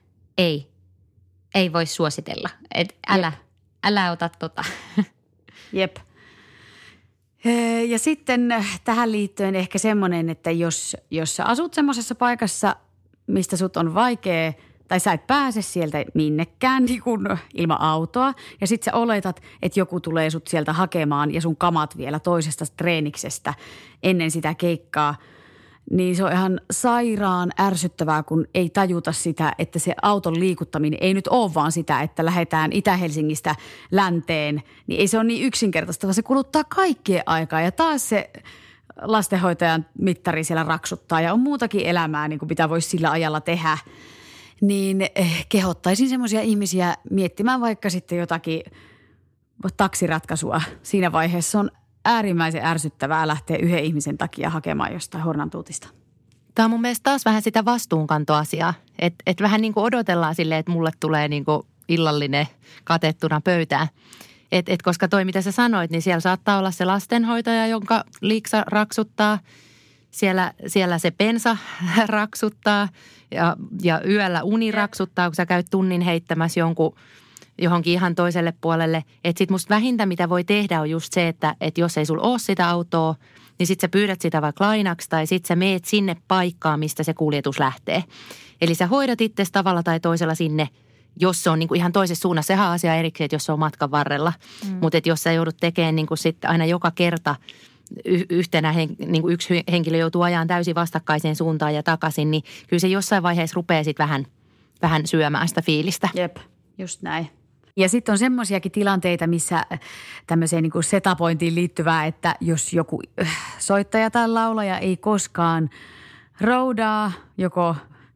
ei voi suositella. Että älä ota tota. Jep. Ja sitten tähän liittyen ehkä semmoinen, että jos sä asut semmoisessa paikassa, mistä sut on vaikea tai sä et pääse sieltä minnekään niin kun ilman autoa ja sit sä oletat, että joku tulee sut sieltä hakemaan ja sun kamat vielä toisesta treeniksestä ennen sitä keikkaa, niin se on ihan sairaan ärsyttävää, kun ei tajuta sitä, että se auton liikuttaminen ei nyt ole vaan sitä, että lähdetään Itä-Helsingistä länteen. Niin ei se ole niin yksinkertaista, vaan se kuluttaa kaikkien aikaa. Ja taas se lastenhoitajan mittari siellä raksuttaa ja on muutakin elämää, niin kuin mitä voisi sillä ajalla tehdä. Niin kehottaisin semmoisia ihmisiä miettimään vaikka sitten jotakin taksiratkaisua. Siinä vaiheessa on äärimmäisen ärsyttävää lähteä yhden ihmisen takia hakemaan jostain Hornantuutista. Tämä on mun mielestä taas vähän sitä vastuunkantoasiaa. Että vähän niin kuin odotellaan silleen, että mulle tulee niin kuin illallinen katettuna pöytään. Koska toi, mitä sä sanoit, niin siellä saattaa olla se lastenhoitaja, jonka liiksa raksuttaa. Siellä se pensa raksuttaa ja yöllä uni raksuttaa, kun sä käyt tunnin heittämässä johonkin ihan toiselle puolelle. Että sit musta vähintä, mitä voi tehdä, on just se, että jos ei sulla ole sitä autoa, niin sit sä pyydät sitä vaikka lainaksi tai sit sä meet sinne paikkaan, mistä se kuljetus lähtee. Eli sä hoidat itsesi tavalla tai toisella sinne, jos se on niinku ihan toisessa suunnassa. Sehän on asia erikseen, että jos se on matkan varrella. Mutta jos sä joudut tekemään niinku sit aina joka kerta yhtenä, niinku yksi henkilö joutuu ajan täysin vastakkaiseen suuntaan ja takaisin, niin kyllä se jossain vaiheessa rupeaa sit vähän syömään sitä fiilistä. Jep, just näin. Ja sitten on semmoisiakin tilanteita, missä tämmöiseen niin kuin setupointiin liittyvää, että jos joku soittaja tai laulaja ei koskaan roudaa joko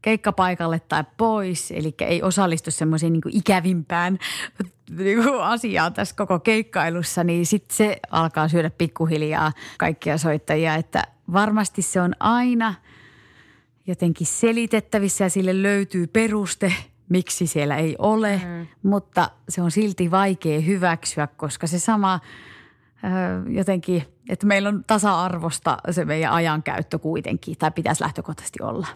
keikkapaikalle tai pois, eli ei osallistu semmoiseen niin kuin ikävimpään niin kuin asiaan tässä koko keikkailussa, niin sitten se alkaa syödä pikkuhiljaa kaikkia soittajia, että varmasti se on aina jotenkin selitettävissä ja sille löytyy peruste, miksi siellä ei ole, mutta se on silti vaikea hyväksyä, koska se sama jotenkin, että meillä on tasa-arvosta se meidän ajankäyttö kuitenkin, tai pitäisi lähtökohtaisesti olla.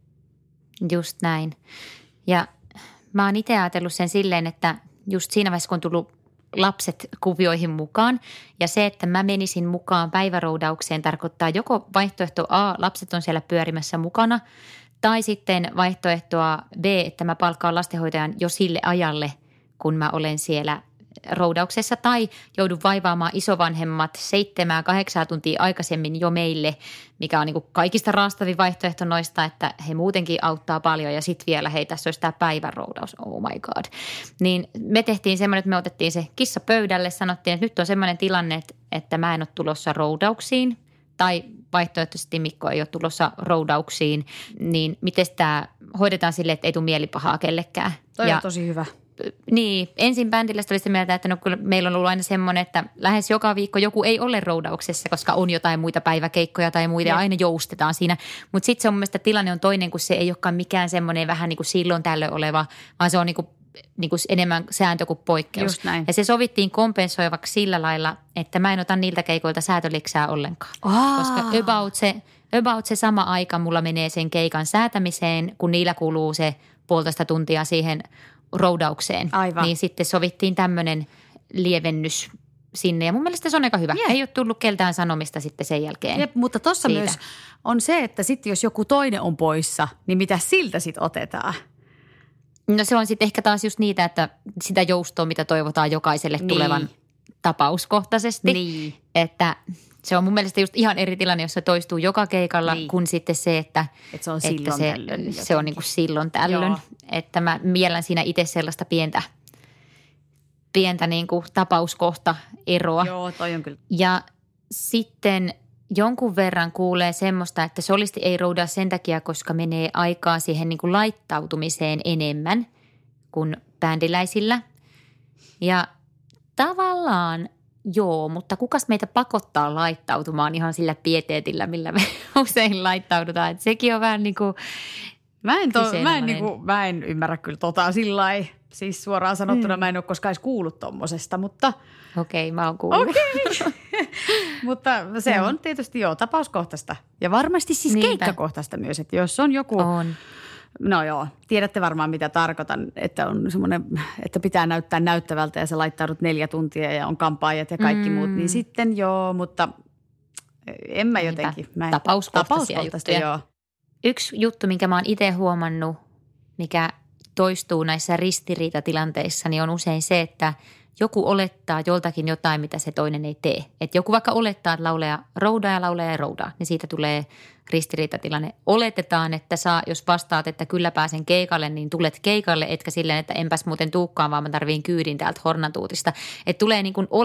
Just näin. Ja mä oon itse ajatellut sen silleen, että just siinä vaiheessa, kun on tullut lapset kuvioihin mukaan ja se, että mä menisin mukaan päiväroudaukseen tarkoittaa joko vaihtoehto A, lapset on siellä pyörimässä mukana, tai sitten vaihtoehtoa B, että mä palkkaan lastenhoitajan jo sille ajalle, kun mä olen siellä roudauksessa tai joudun vaivaamaan isovanhemmat 7-8 tuntia aikaisemmin jo meille, mikä on niin kuin kaikista raastavin vaihtoehto noista, että he muutenkin auttaa paljon ja sitten vielä hei, tässä olisi tämä päiväroudaus, oh my god. Niin me tehtiin semmoinen, että me otettiin se kissa pöydälle, sanottiin, että nyt on semmoinen tilanne, että mä en ole tulossa roudauksiin tai vaihtoehtoisesti Mikko ei ole tulossa roudauksiin, niin miten tämä hoidetaan silleen, että ei tule mielipahaa kellekään. Toi on tosi hyvä. Niin, ensin bändillä oli sitä mieltä, että no kyllä meillä on ollut aina semmoinen, että lähes joka viikko joku ei ole roudauksessa, koska on jotain muita päiväkeikkoja tai muita ja aina joustetaan siinä. Mutta sitten se on mun mielestä tilanne on toinen, kun se ei olekaan mikään semmoinen vähän niin kuin silloin tällöin oleva, vaan se on niin kuin enemmän sääntö kuin poikkeus. Just näin. Ja se sovittiin kompensoivaksi sillä lailla, että mä en ota niiltä keikoilta säätöliksää ollenkaan. Koska about se sama aika mulla menee sen keikan säätämiseen, kun niillä kuluu se 1,5 tuntia siihen roudaukseen. Aivan. Niin sitten sovittiin tämmöinen lievennys sinne. Ja mun mielestä se on aika hyvä. Ei ole tullut keltään sanomista sitten sen jälkeen. Jep, mutta tuossa myös on se, että sitten jos joku toinen on poissa, niin mitä siltä sitten otetaan? No se on sitten ehkä taas just niitä, että sitä joustoa, mitä toivotaan jokaiselle tulevan tapauskohtaisesti. Niin. Että se on mun mielestä just ihan eri tilanne, jos se toistuu joka keikalla, kuin sitten se, että se on silloin tällöin. Se on niin kuin silloin tällöin. Joo. Että mä miellän siinä itse sellaista pientä niin kuin tapauskohta eroa. Joo, toi on kyllä. Ja sitten jonkun verran kuulee semmoista, että solisti ei roudaa sen takia, koska menee aikaa siihen niin kuin laittautumiseen enemmän kuin bändiläisillä. Ja tavallaan joo, mutta kukas meitä pakottaa laittautumaan ihan sillä pieteetillä, millä me usein laittaudutaan. Että sekin on vähän niin kuin mä en ymmärrä kyllä sillai. Siis suoraan sanottuna mä en ole koskaan edes kuullut tommosesta, mutta Okei, mä oon kuullut. Okei. Mutta se on tietysti tapauskohtaista. Ja varmasti siis keikkakohtaista myös, että jos on joku On. No joo, tiedätte varmaan mitä tarkoitan, että on semmoinen, että pitää näyttää näyttävältä ja sä laittaudut 4 tuntia ja on kampaajat ja kaikki muut. Niin sitten joo, mutta en mä jotenkin. Tapauskohtaisia juttuja. Joo. Yksi juttu, minkä mä oon itse huomannut, mikä toistuu näissä ristiriitatilanteissa, niin on usein se, että joku olettaa joltakin jotain, mitä se toinen ei tee. Että joku vaikka olettaa, että laulaja ei roudaa, niin siitä tulee ristiriitatilanne. Oletetaan, että jos vastaat, että kyllä pääsen keikalle, niin tulet keikalle, etkä silleen, että enpäs muuten tuukkaan, vaan mä tarviin kyydin täältä Hornatuutista. Että tulee niin kuin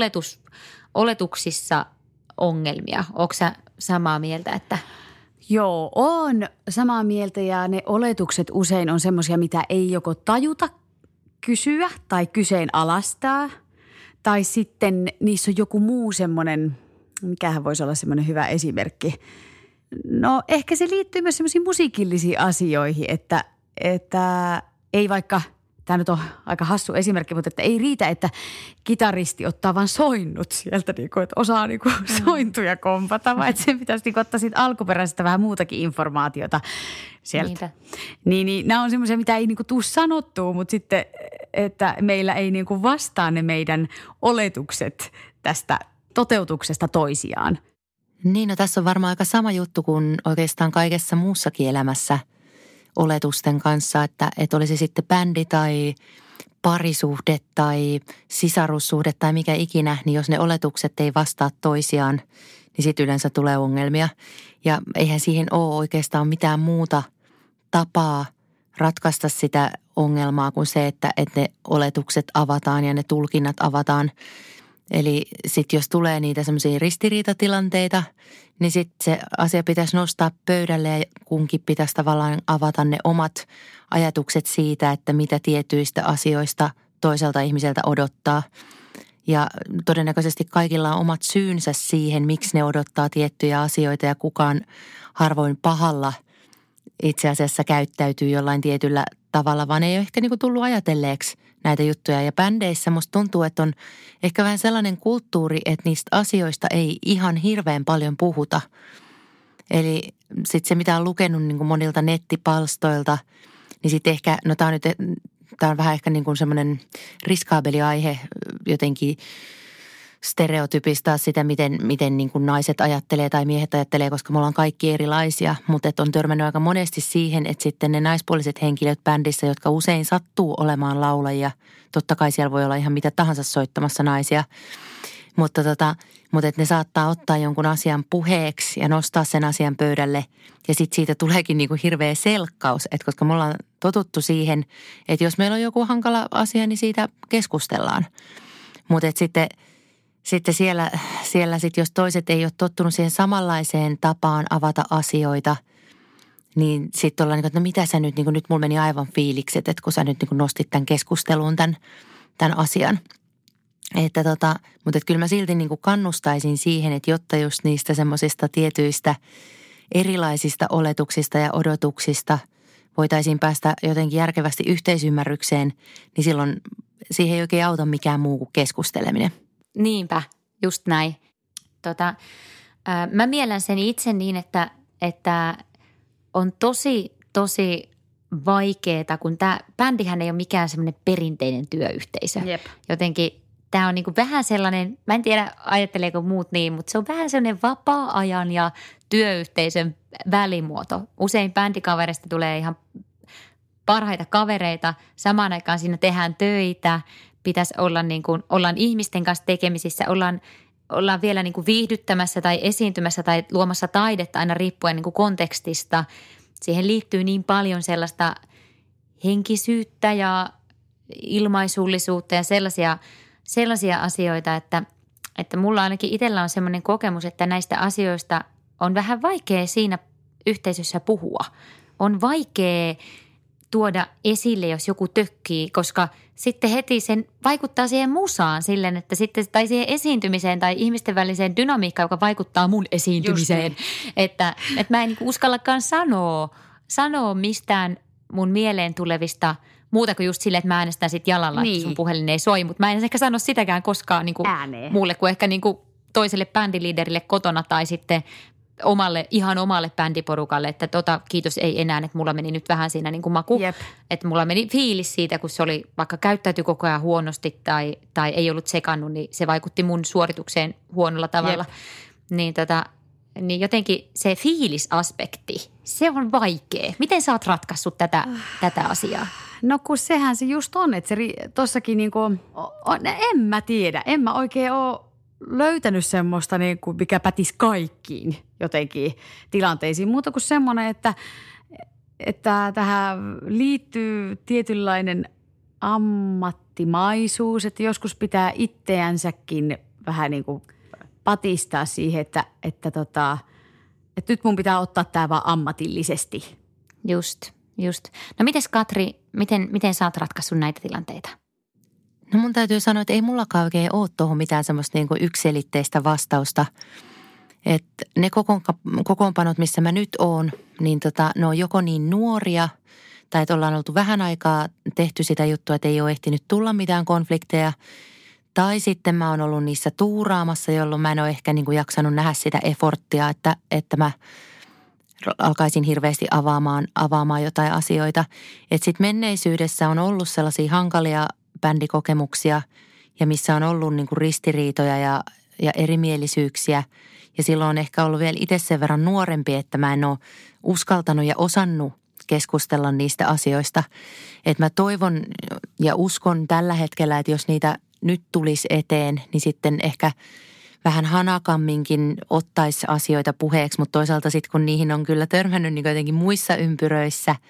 oletuksissa ongelmia. Ootko sä samaa mieltä, että Joo, on samaa mieltä ja ne oletukset usein on semmoisia, mitä ei joko tajuta kysyä tai kyseenalaistaa. Tai sitten niissä on joku muu semmoinen, mikähän voisi olla semmoinen hyvä esimerkki. No ehkä se liittyy myös semmoisiin musiikillisiin asioihin, että ei vaikka, tämä nyt on aika hassu esimerkki, mutta että ei riitä, että kitaristi ottaa vaan soinnut sieltä, että osaa sointuja kompata, vaan että sen pitäisi ottaa siitä alkuperäisestä vähän muutakin informaatiota sieltä. Niin nämä on semmoisia, mitä ei tule sanottua, mutta sitten, että meillä ei vastaa ne meidän oletukset tästä toteutuksesta toisiaan. Niin, no tässä on varmaan aika sama juttu kuin oikeastaan kaikessa muussakin elämässä oletusten kanssa, että olisi sitten bändi tai parisuhde tai sisarussuhde tai mikä ikinä, niin jos ne oletukset ei vastaa toisiaan, niin sitten yleensä tulee ongelmia. Ja eihän siihen ole oikeastaan mitään muuta tapaa ratkaista sitä ongelmaa kuin se, että ne oletukset avataan ja ne tulkinnat avataan. Eli sitten jos tulee niitä semmoisia ristiriitatilanteita, niin sitten se asia pitäisi nostaa pöydälle ja kunkin pitäisi tavallaan avata ne omat ajatukset siitä, että mitä tietyistä asioista toiselta ihmiseltä odottaa. Ja todennäköisesti kaikilla on omat syynsä siihen, miksi ne odottaa tiettyjä asioita ja kukaan harvoin pahalla itse asiassa käyttäytyy jollain tietyllä tavalla, vaan ei ole ehkä niin kuin tullut ajatelleeksi näitä juttuja. Ja bändeissä musta tuntuu, että on ehkä vähän sellainen kulttuuri, että niistä asioista ei ihan hirveän paljon puhuta. Eli sitten se, mitä on lukenut niin kuin monilta nettipalstoilta, niin sitten ehkä, no tämä on vähän ehkä niin kuin semmoinen riskaabeli aihe jotenkin stereotypistaa sitä, miten niin kuin naiset ajattelee tai miehet ajattelee, koska me ollaan kaikki erilaisia. Mutta on törmännyt aika monesti siihen, että sitten ne naispuoliset henkilöt bändissä, jotka usein sattuu olemaan laulajia, totta kai siellä voi olla ihan mitä tahansa soittamassa naisia, mutta että ne saattaa ottaa jonkun asian puheeksi ja nostaa sen asian pöydälle ja sitten siitä tuleekin niin kuin hirveä selkkaus, että koska me ollaan totuttu siihen, että jos meillä on joku hankala asia, niin siitä keskustellaan. Mutta sitten siellä sit, jos toiset ei ole tottunut siihen samanlaiseen tapaan avata asioita, niin sitten ollaan niin kuin, että no mitä sä nyt, niin kuin nyt mulla meni aivan fiilikset, että kun sä nyt niin kuin nostit tämän keskusteluun tämän asian. Mutta kyllä mä silti niin kuin kannustaisin siihen, että jotta just niistä semmoisista tietyistä erilaisista oletuksista ja odotuksista voitaisiin päästä jotenkin järkevästi yhteisymmärrykseen, niin silloin siihen ei oikein auta mikään muu kuin keskusteleminen. Niinpä, just näin. Mä miellän sen itse niin, että on tosi vaikeeta, kun tämä bändihän ei ole mikään semmoinen perinteinen työyhteisö. Jep. Jotenkin tämä on niinku vähän sellainen, mä en tiedä ajatteleeko muut niin, mutta se on vähän sellainen vapaa-ajan ja työyhteisön välimuoto. Usein bändikavereista tulee ihan parhaita kavereita, samaan aikaan siinä tehdään töitä, pitäisi olla niin kuin, ollaan ihmisten kanssa tekemisissä, ollaan vielä niin kuin viihdyttämässä tai esiintymässä tai luomassa taidetta aina riippuen niin kuin kontekstista. Siihen liittyy niin paljon sellaista henkisyyttä ja ilmaisullisuutta ja sellaisia asioita, että mulla ainakin itsellä on semmoinen kokemus, että näistä asioista on vähän vaikea siinä yhteisössä puhua. On vaikea tuoda esille, jos joku tökkii, koska sitten heti sen vaikuttaa siihen musaan silleen, että sitten, tai siihen esiintymiseen tai ihmisten väliseen dynamiikkaan, joka vaikuttaa mun esiintymiseen. Että mä en uskallakaan sanoa mistään mun mieleen tulevista muuta kuin just silleen, että mä äänestän sit jalalla, niin. Että sun puhelin ei soi, mutta mä en ehkä sano sitäkään koskaan niin kuin muulle kuin ehkä niin kuin toiselle bändiliiderille kotona tai sitten ihan omalle bändiporukalle, että kiitos ei enää, että mulla meni nyt vähän siinä niin kuin maku. Jep. Että mulla meni fiilis siitä, kun se oli vaikka käyttäytyi koko ajan huonosti tai ei ollut sekannut, niin se vaikutti mun suoritukseen huonolla tavalla. Niin jotenkin se fiilisaspekti, se on vaikea. Miten sä oot ratkaissut tätä asiaa? No kun sehän se just on, että se tossakin niinku, en mä tiedä, en mä oikein ole löytänyt semmoista, niin kuin, mikä pätisi kaikkiin jotenkin tilanteisiin. Muuta kuin semmoinen, että tähän liittyy tietynlainen ammattimaisuus, että joskus pitää itseänsäkin vähän niin kuin patistaa siihen, että nyt mun pitää ottaa tämä vaan ammatillisesti. Just. No mites Katri, miten sä oot ratkaissut näitä tilanteita? No mun täytyy sanoa, että ei mullakaan oikein ole tuohon mitään semmoista niin kuin yksiselitteistä vastausta. Että ne kokoonpanot, missä mä nyt oon, niin ne on joko niin nuoria tai että ollaan oltu vähän aikaa tehty sitä juttua, että ei ole ehtinyt tulla mitään konflikteja. Tai sitten mä oon ollut niissä tuuraamassa, jolloin mä en ole ehkä niin kuin jaksanut nähdä sitä efforttia, että mä alkaisin hirveästi avaamaan jotain asioita. Että sitten menneisyydessä on ollut sellaisia hankalia bändikokemuksia ja missä on ollut niin kuin ristiriitoja ja erimielisyyksiä. Ja silloin on ehkä ollut vielä itse sen verran nuorempi, että mä en ole uskaltanut ja osannut keskustella niistä asioista. Että mä toivon ja uskon tällä hetkellä, että jos niitä nyt tulisi eteen, niin sitten ehkä vähän hanakamminkin ottaisi asioita puheeksi. Mutta toisaalta sitten kun niihin on kyllä törmännyt niin jotenkin muissa ympyröissä,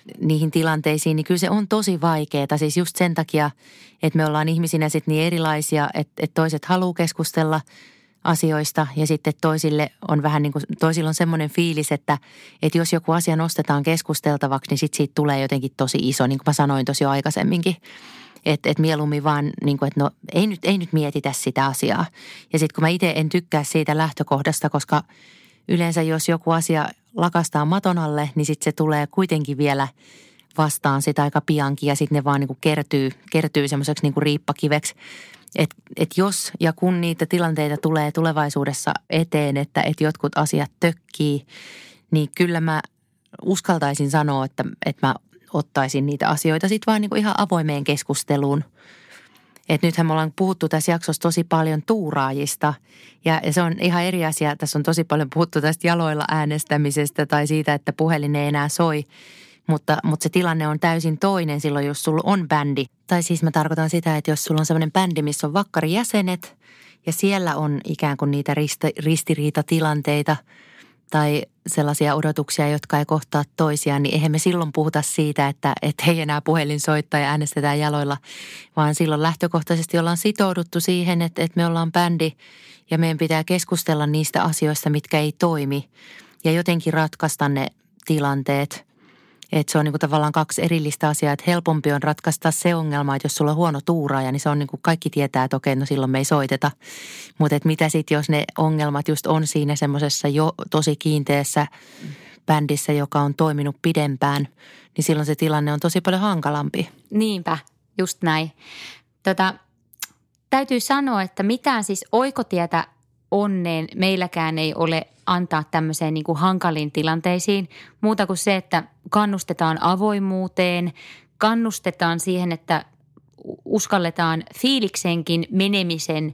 niihin tilanteisiin, niin kyllä se on tosi vaikeaa. Siis just sen takia, että me ollaan ihmisinä sitten niin erilaisia, että toiset haluaa keskustella asioista ja sitten toisille on vähän niin kuin, toisilla on semmoinen fiilis, että jos joku asia nostetaan keskusteltavaksi, niin sitten siitä tulee jotenkin tosi iso, niin kuin mä sanoin tosi jo aikaisemminkin. Että mieluummin vaan, niin kuin, että no ei nyt mietitä sitä asiaa. Ja sitten kun mä itse en tykkää siitä lähtökohdasta, koska yleensä jos joku asia lakastaa maton alle, niin sitten se tulee kuitenkin vielä vastaan sitä aika piankin ja sitten ne vaan niin kuin kertyy semmoiseksi niin kuin riippakiveksi. Että jos ja kun niitä tilanteita tulee tulevaisuudessa eteen, että jotkut asiat tökkii, niin kyllä mä uskaltaisin sanoa, että mä ottaisin niitä asioita sitten vaan niin kuin ihan avoimeen keskusteluun. Että nythän me ollaan puhuttu tässä jaksossa tosi paljon tuuraajista ja se on ihan eri asia. Tässä on tosi paljon puhuttu tästä jaloilla äänestämisestä tai siitä, että puhelin ei enää soi. Mutta se tilanne on täysin toinen silloin, jos sulla on bändi. Tai siis mä tarkoitan sitä, että jos sulla on sellainen bändi, missä on vakkarijäsenet ja siellä on ikään kuin niitä ristiriitatilanteita tai sellaisia odotuksia, jotka ei kohtaa toisiaan, niin eihän me silloin puhuta siitä, että ei enää puhelin soittaa ja äänestetään jaloilla, vaan silloin lähtökohtaisesti ollaan sitouduttu siihen, että me ollaan bändi ja meidän pitää keskustella niistä asioista, mitkä ei toimi ja jotenkin ratkaista ne tilanteet. Että se on niinku tavallaan kaksi erillistä asiaa, että helpompi on ratkaista se ongelma, että jos sulla on huono tuuraaja, niin se on niinku kaikki tietää, että okei, no silloin me ei soiteta. Mutta mitä sitten, jos ne ongelmat just on siinä semmoisessa jo tosi kiinteässä bändissä, joka on toiminut pidempään, niin silloin se tilanne on tosi paljon hankalampi. Niinpä, just näin. Täytyy sanoa, että mitään siis oikotietä onneen meilläkään ei ole antaa tämmöiseen niin kuin hankaliin tilanteisiin. Muuta kuin se, että kannustetaan avoimuuteen, kannustetaan siihen, että uskalletaan fiiliksenkin menemisen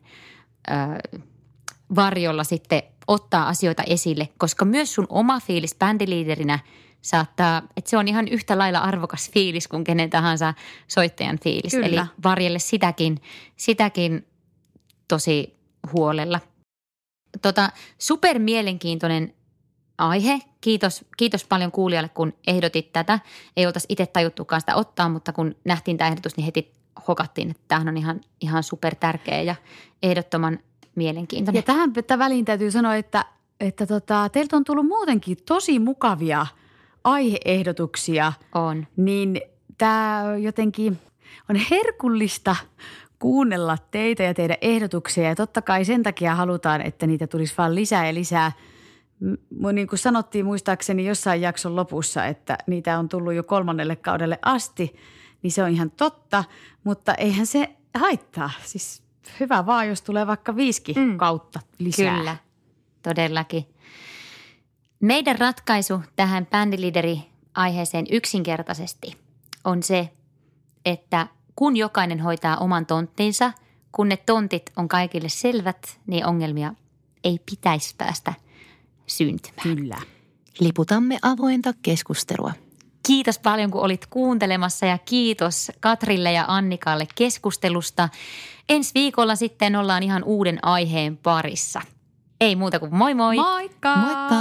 varjolla sitten ottaa asioita esille. Koska myös sun oma fiilis bändiliiderinä saattaa, että se on ihan yhtä lailla arvokas fiilis kuin kenen tahansa soittajan fiilis. Kyllä. Eli varjelle sitäkin tosi huolella. Super mielenkiintoinen aihe. Kiitos paljon kuulijalle, kun ehdotit tätä. Ei oltaisi itse tajuttukaan sitä ottaa, mutta kun nähtiin tämä ehdotus, niin heti hokattiin, että tämähän on ihan super tärkeä ja ehdottoman mielenkiintoinen. Ja tähän väliin täytyy sanoa, että teiltä on tullut muutenkin tosi mukavia aiheehdotuksia. On. Niin tämä jotenkin on herkullista kuunnella teitä ja teidän ehdotuksia ja totta kai sen takia halutaan, että niitä tulisi vaan lisää ja lisää. Niin kuin sanottiin muistaakseni jossain jakson lopussa, että niitä on tullut jo 3. kaudelle asti, niin se on ihan totta, mutta eihän se haittaa. Siis hyvä vaan, jos tulee vaikka 5 kautta lisää. Kyllä, todellakin. Meidän ratkaisu tähän bändiliideri-aiheeseen yksinkertaisesti on se, että kun jokainen hoitaa oman tonttinsa, kun ne tontit on kaikille selvät, niin ongelmia ei pitäisi päästä syntymään. Kyllä. Liputamme avointa keskustelua. Kiitos paljon, kun olit kuuntelemassa ja kiitos Katrille ja Annikalle keskustelusta. Ensi viikolla sitten ollaan ihan uuden aiheen parissa. Ei muuta kuin moi moi! Moikka! Moikka!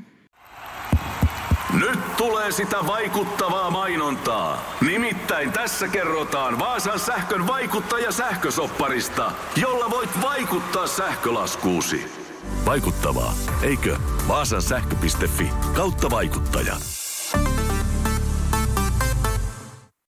Nyt tulee sitä vaikuttavaa mainontaa. Nimittäin tässä kerrotaan Vaasan sähkön vaikuttaja sähkösopparista, jolla voit vaikuttaa sähkölaskuusi. Vaikuttavaa, eikö? Vaasansähkö.fi/vaikuttaja.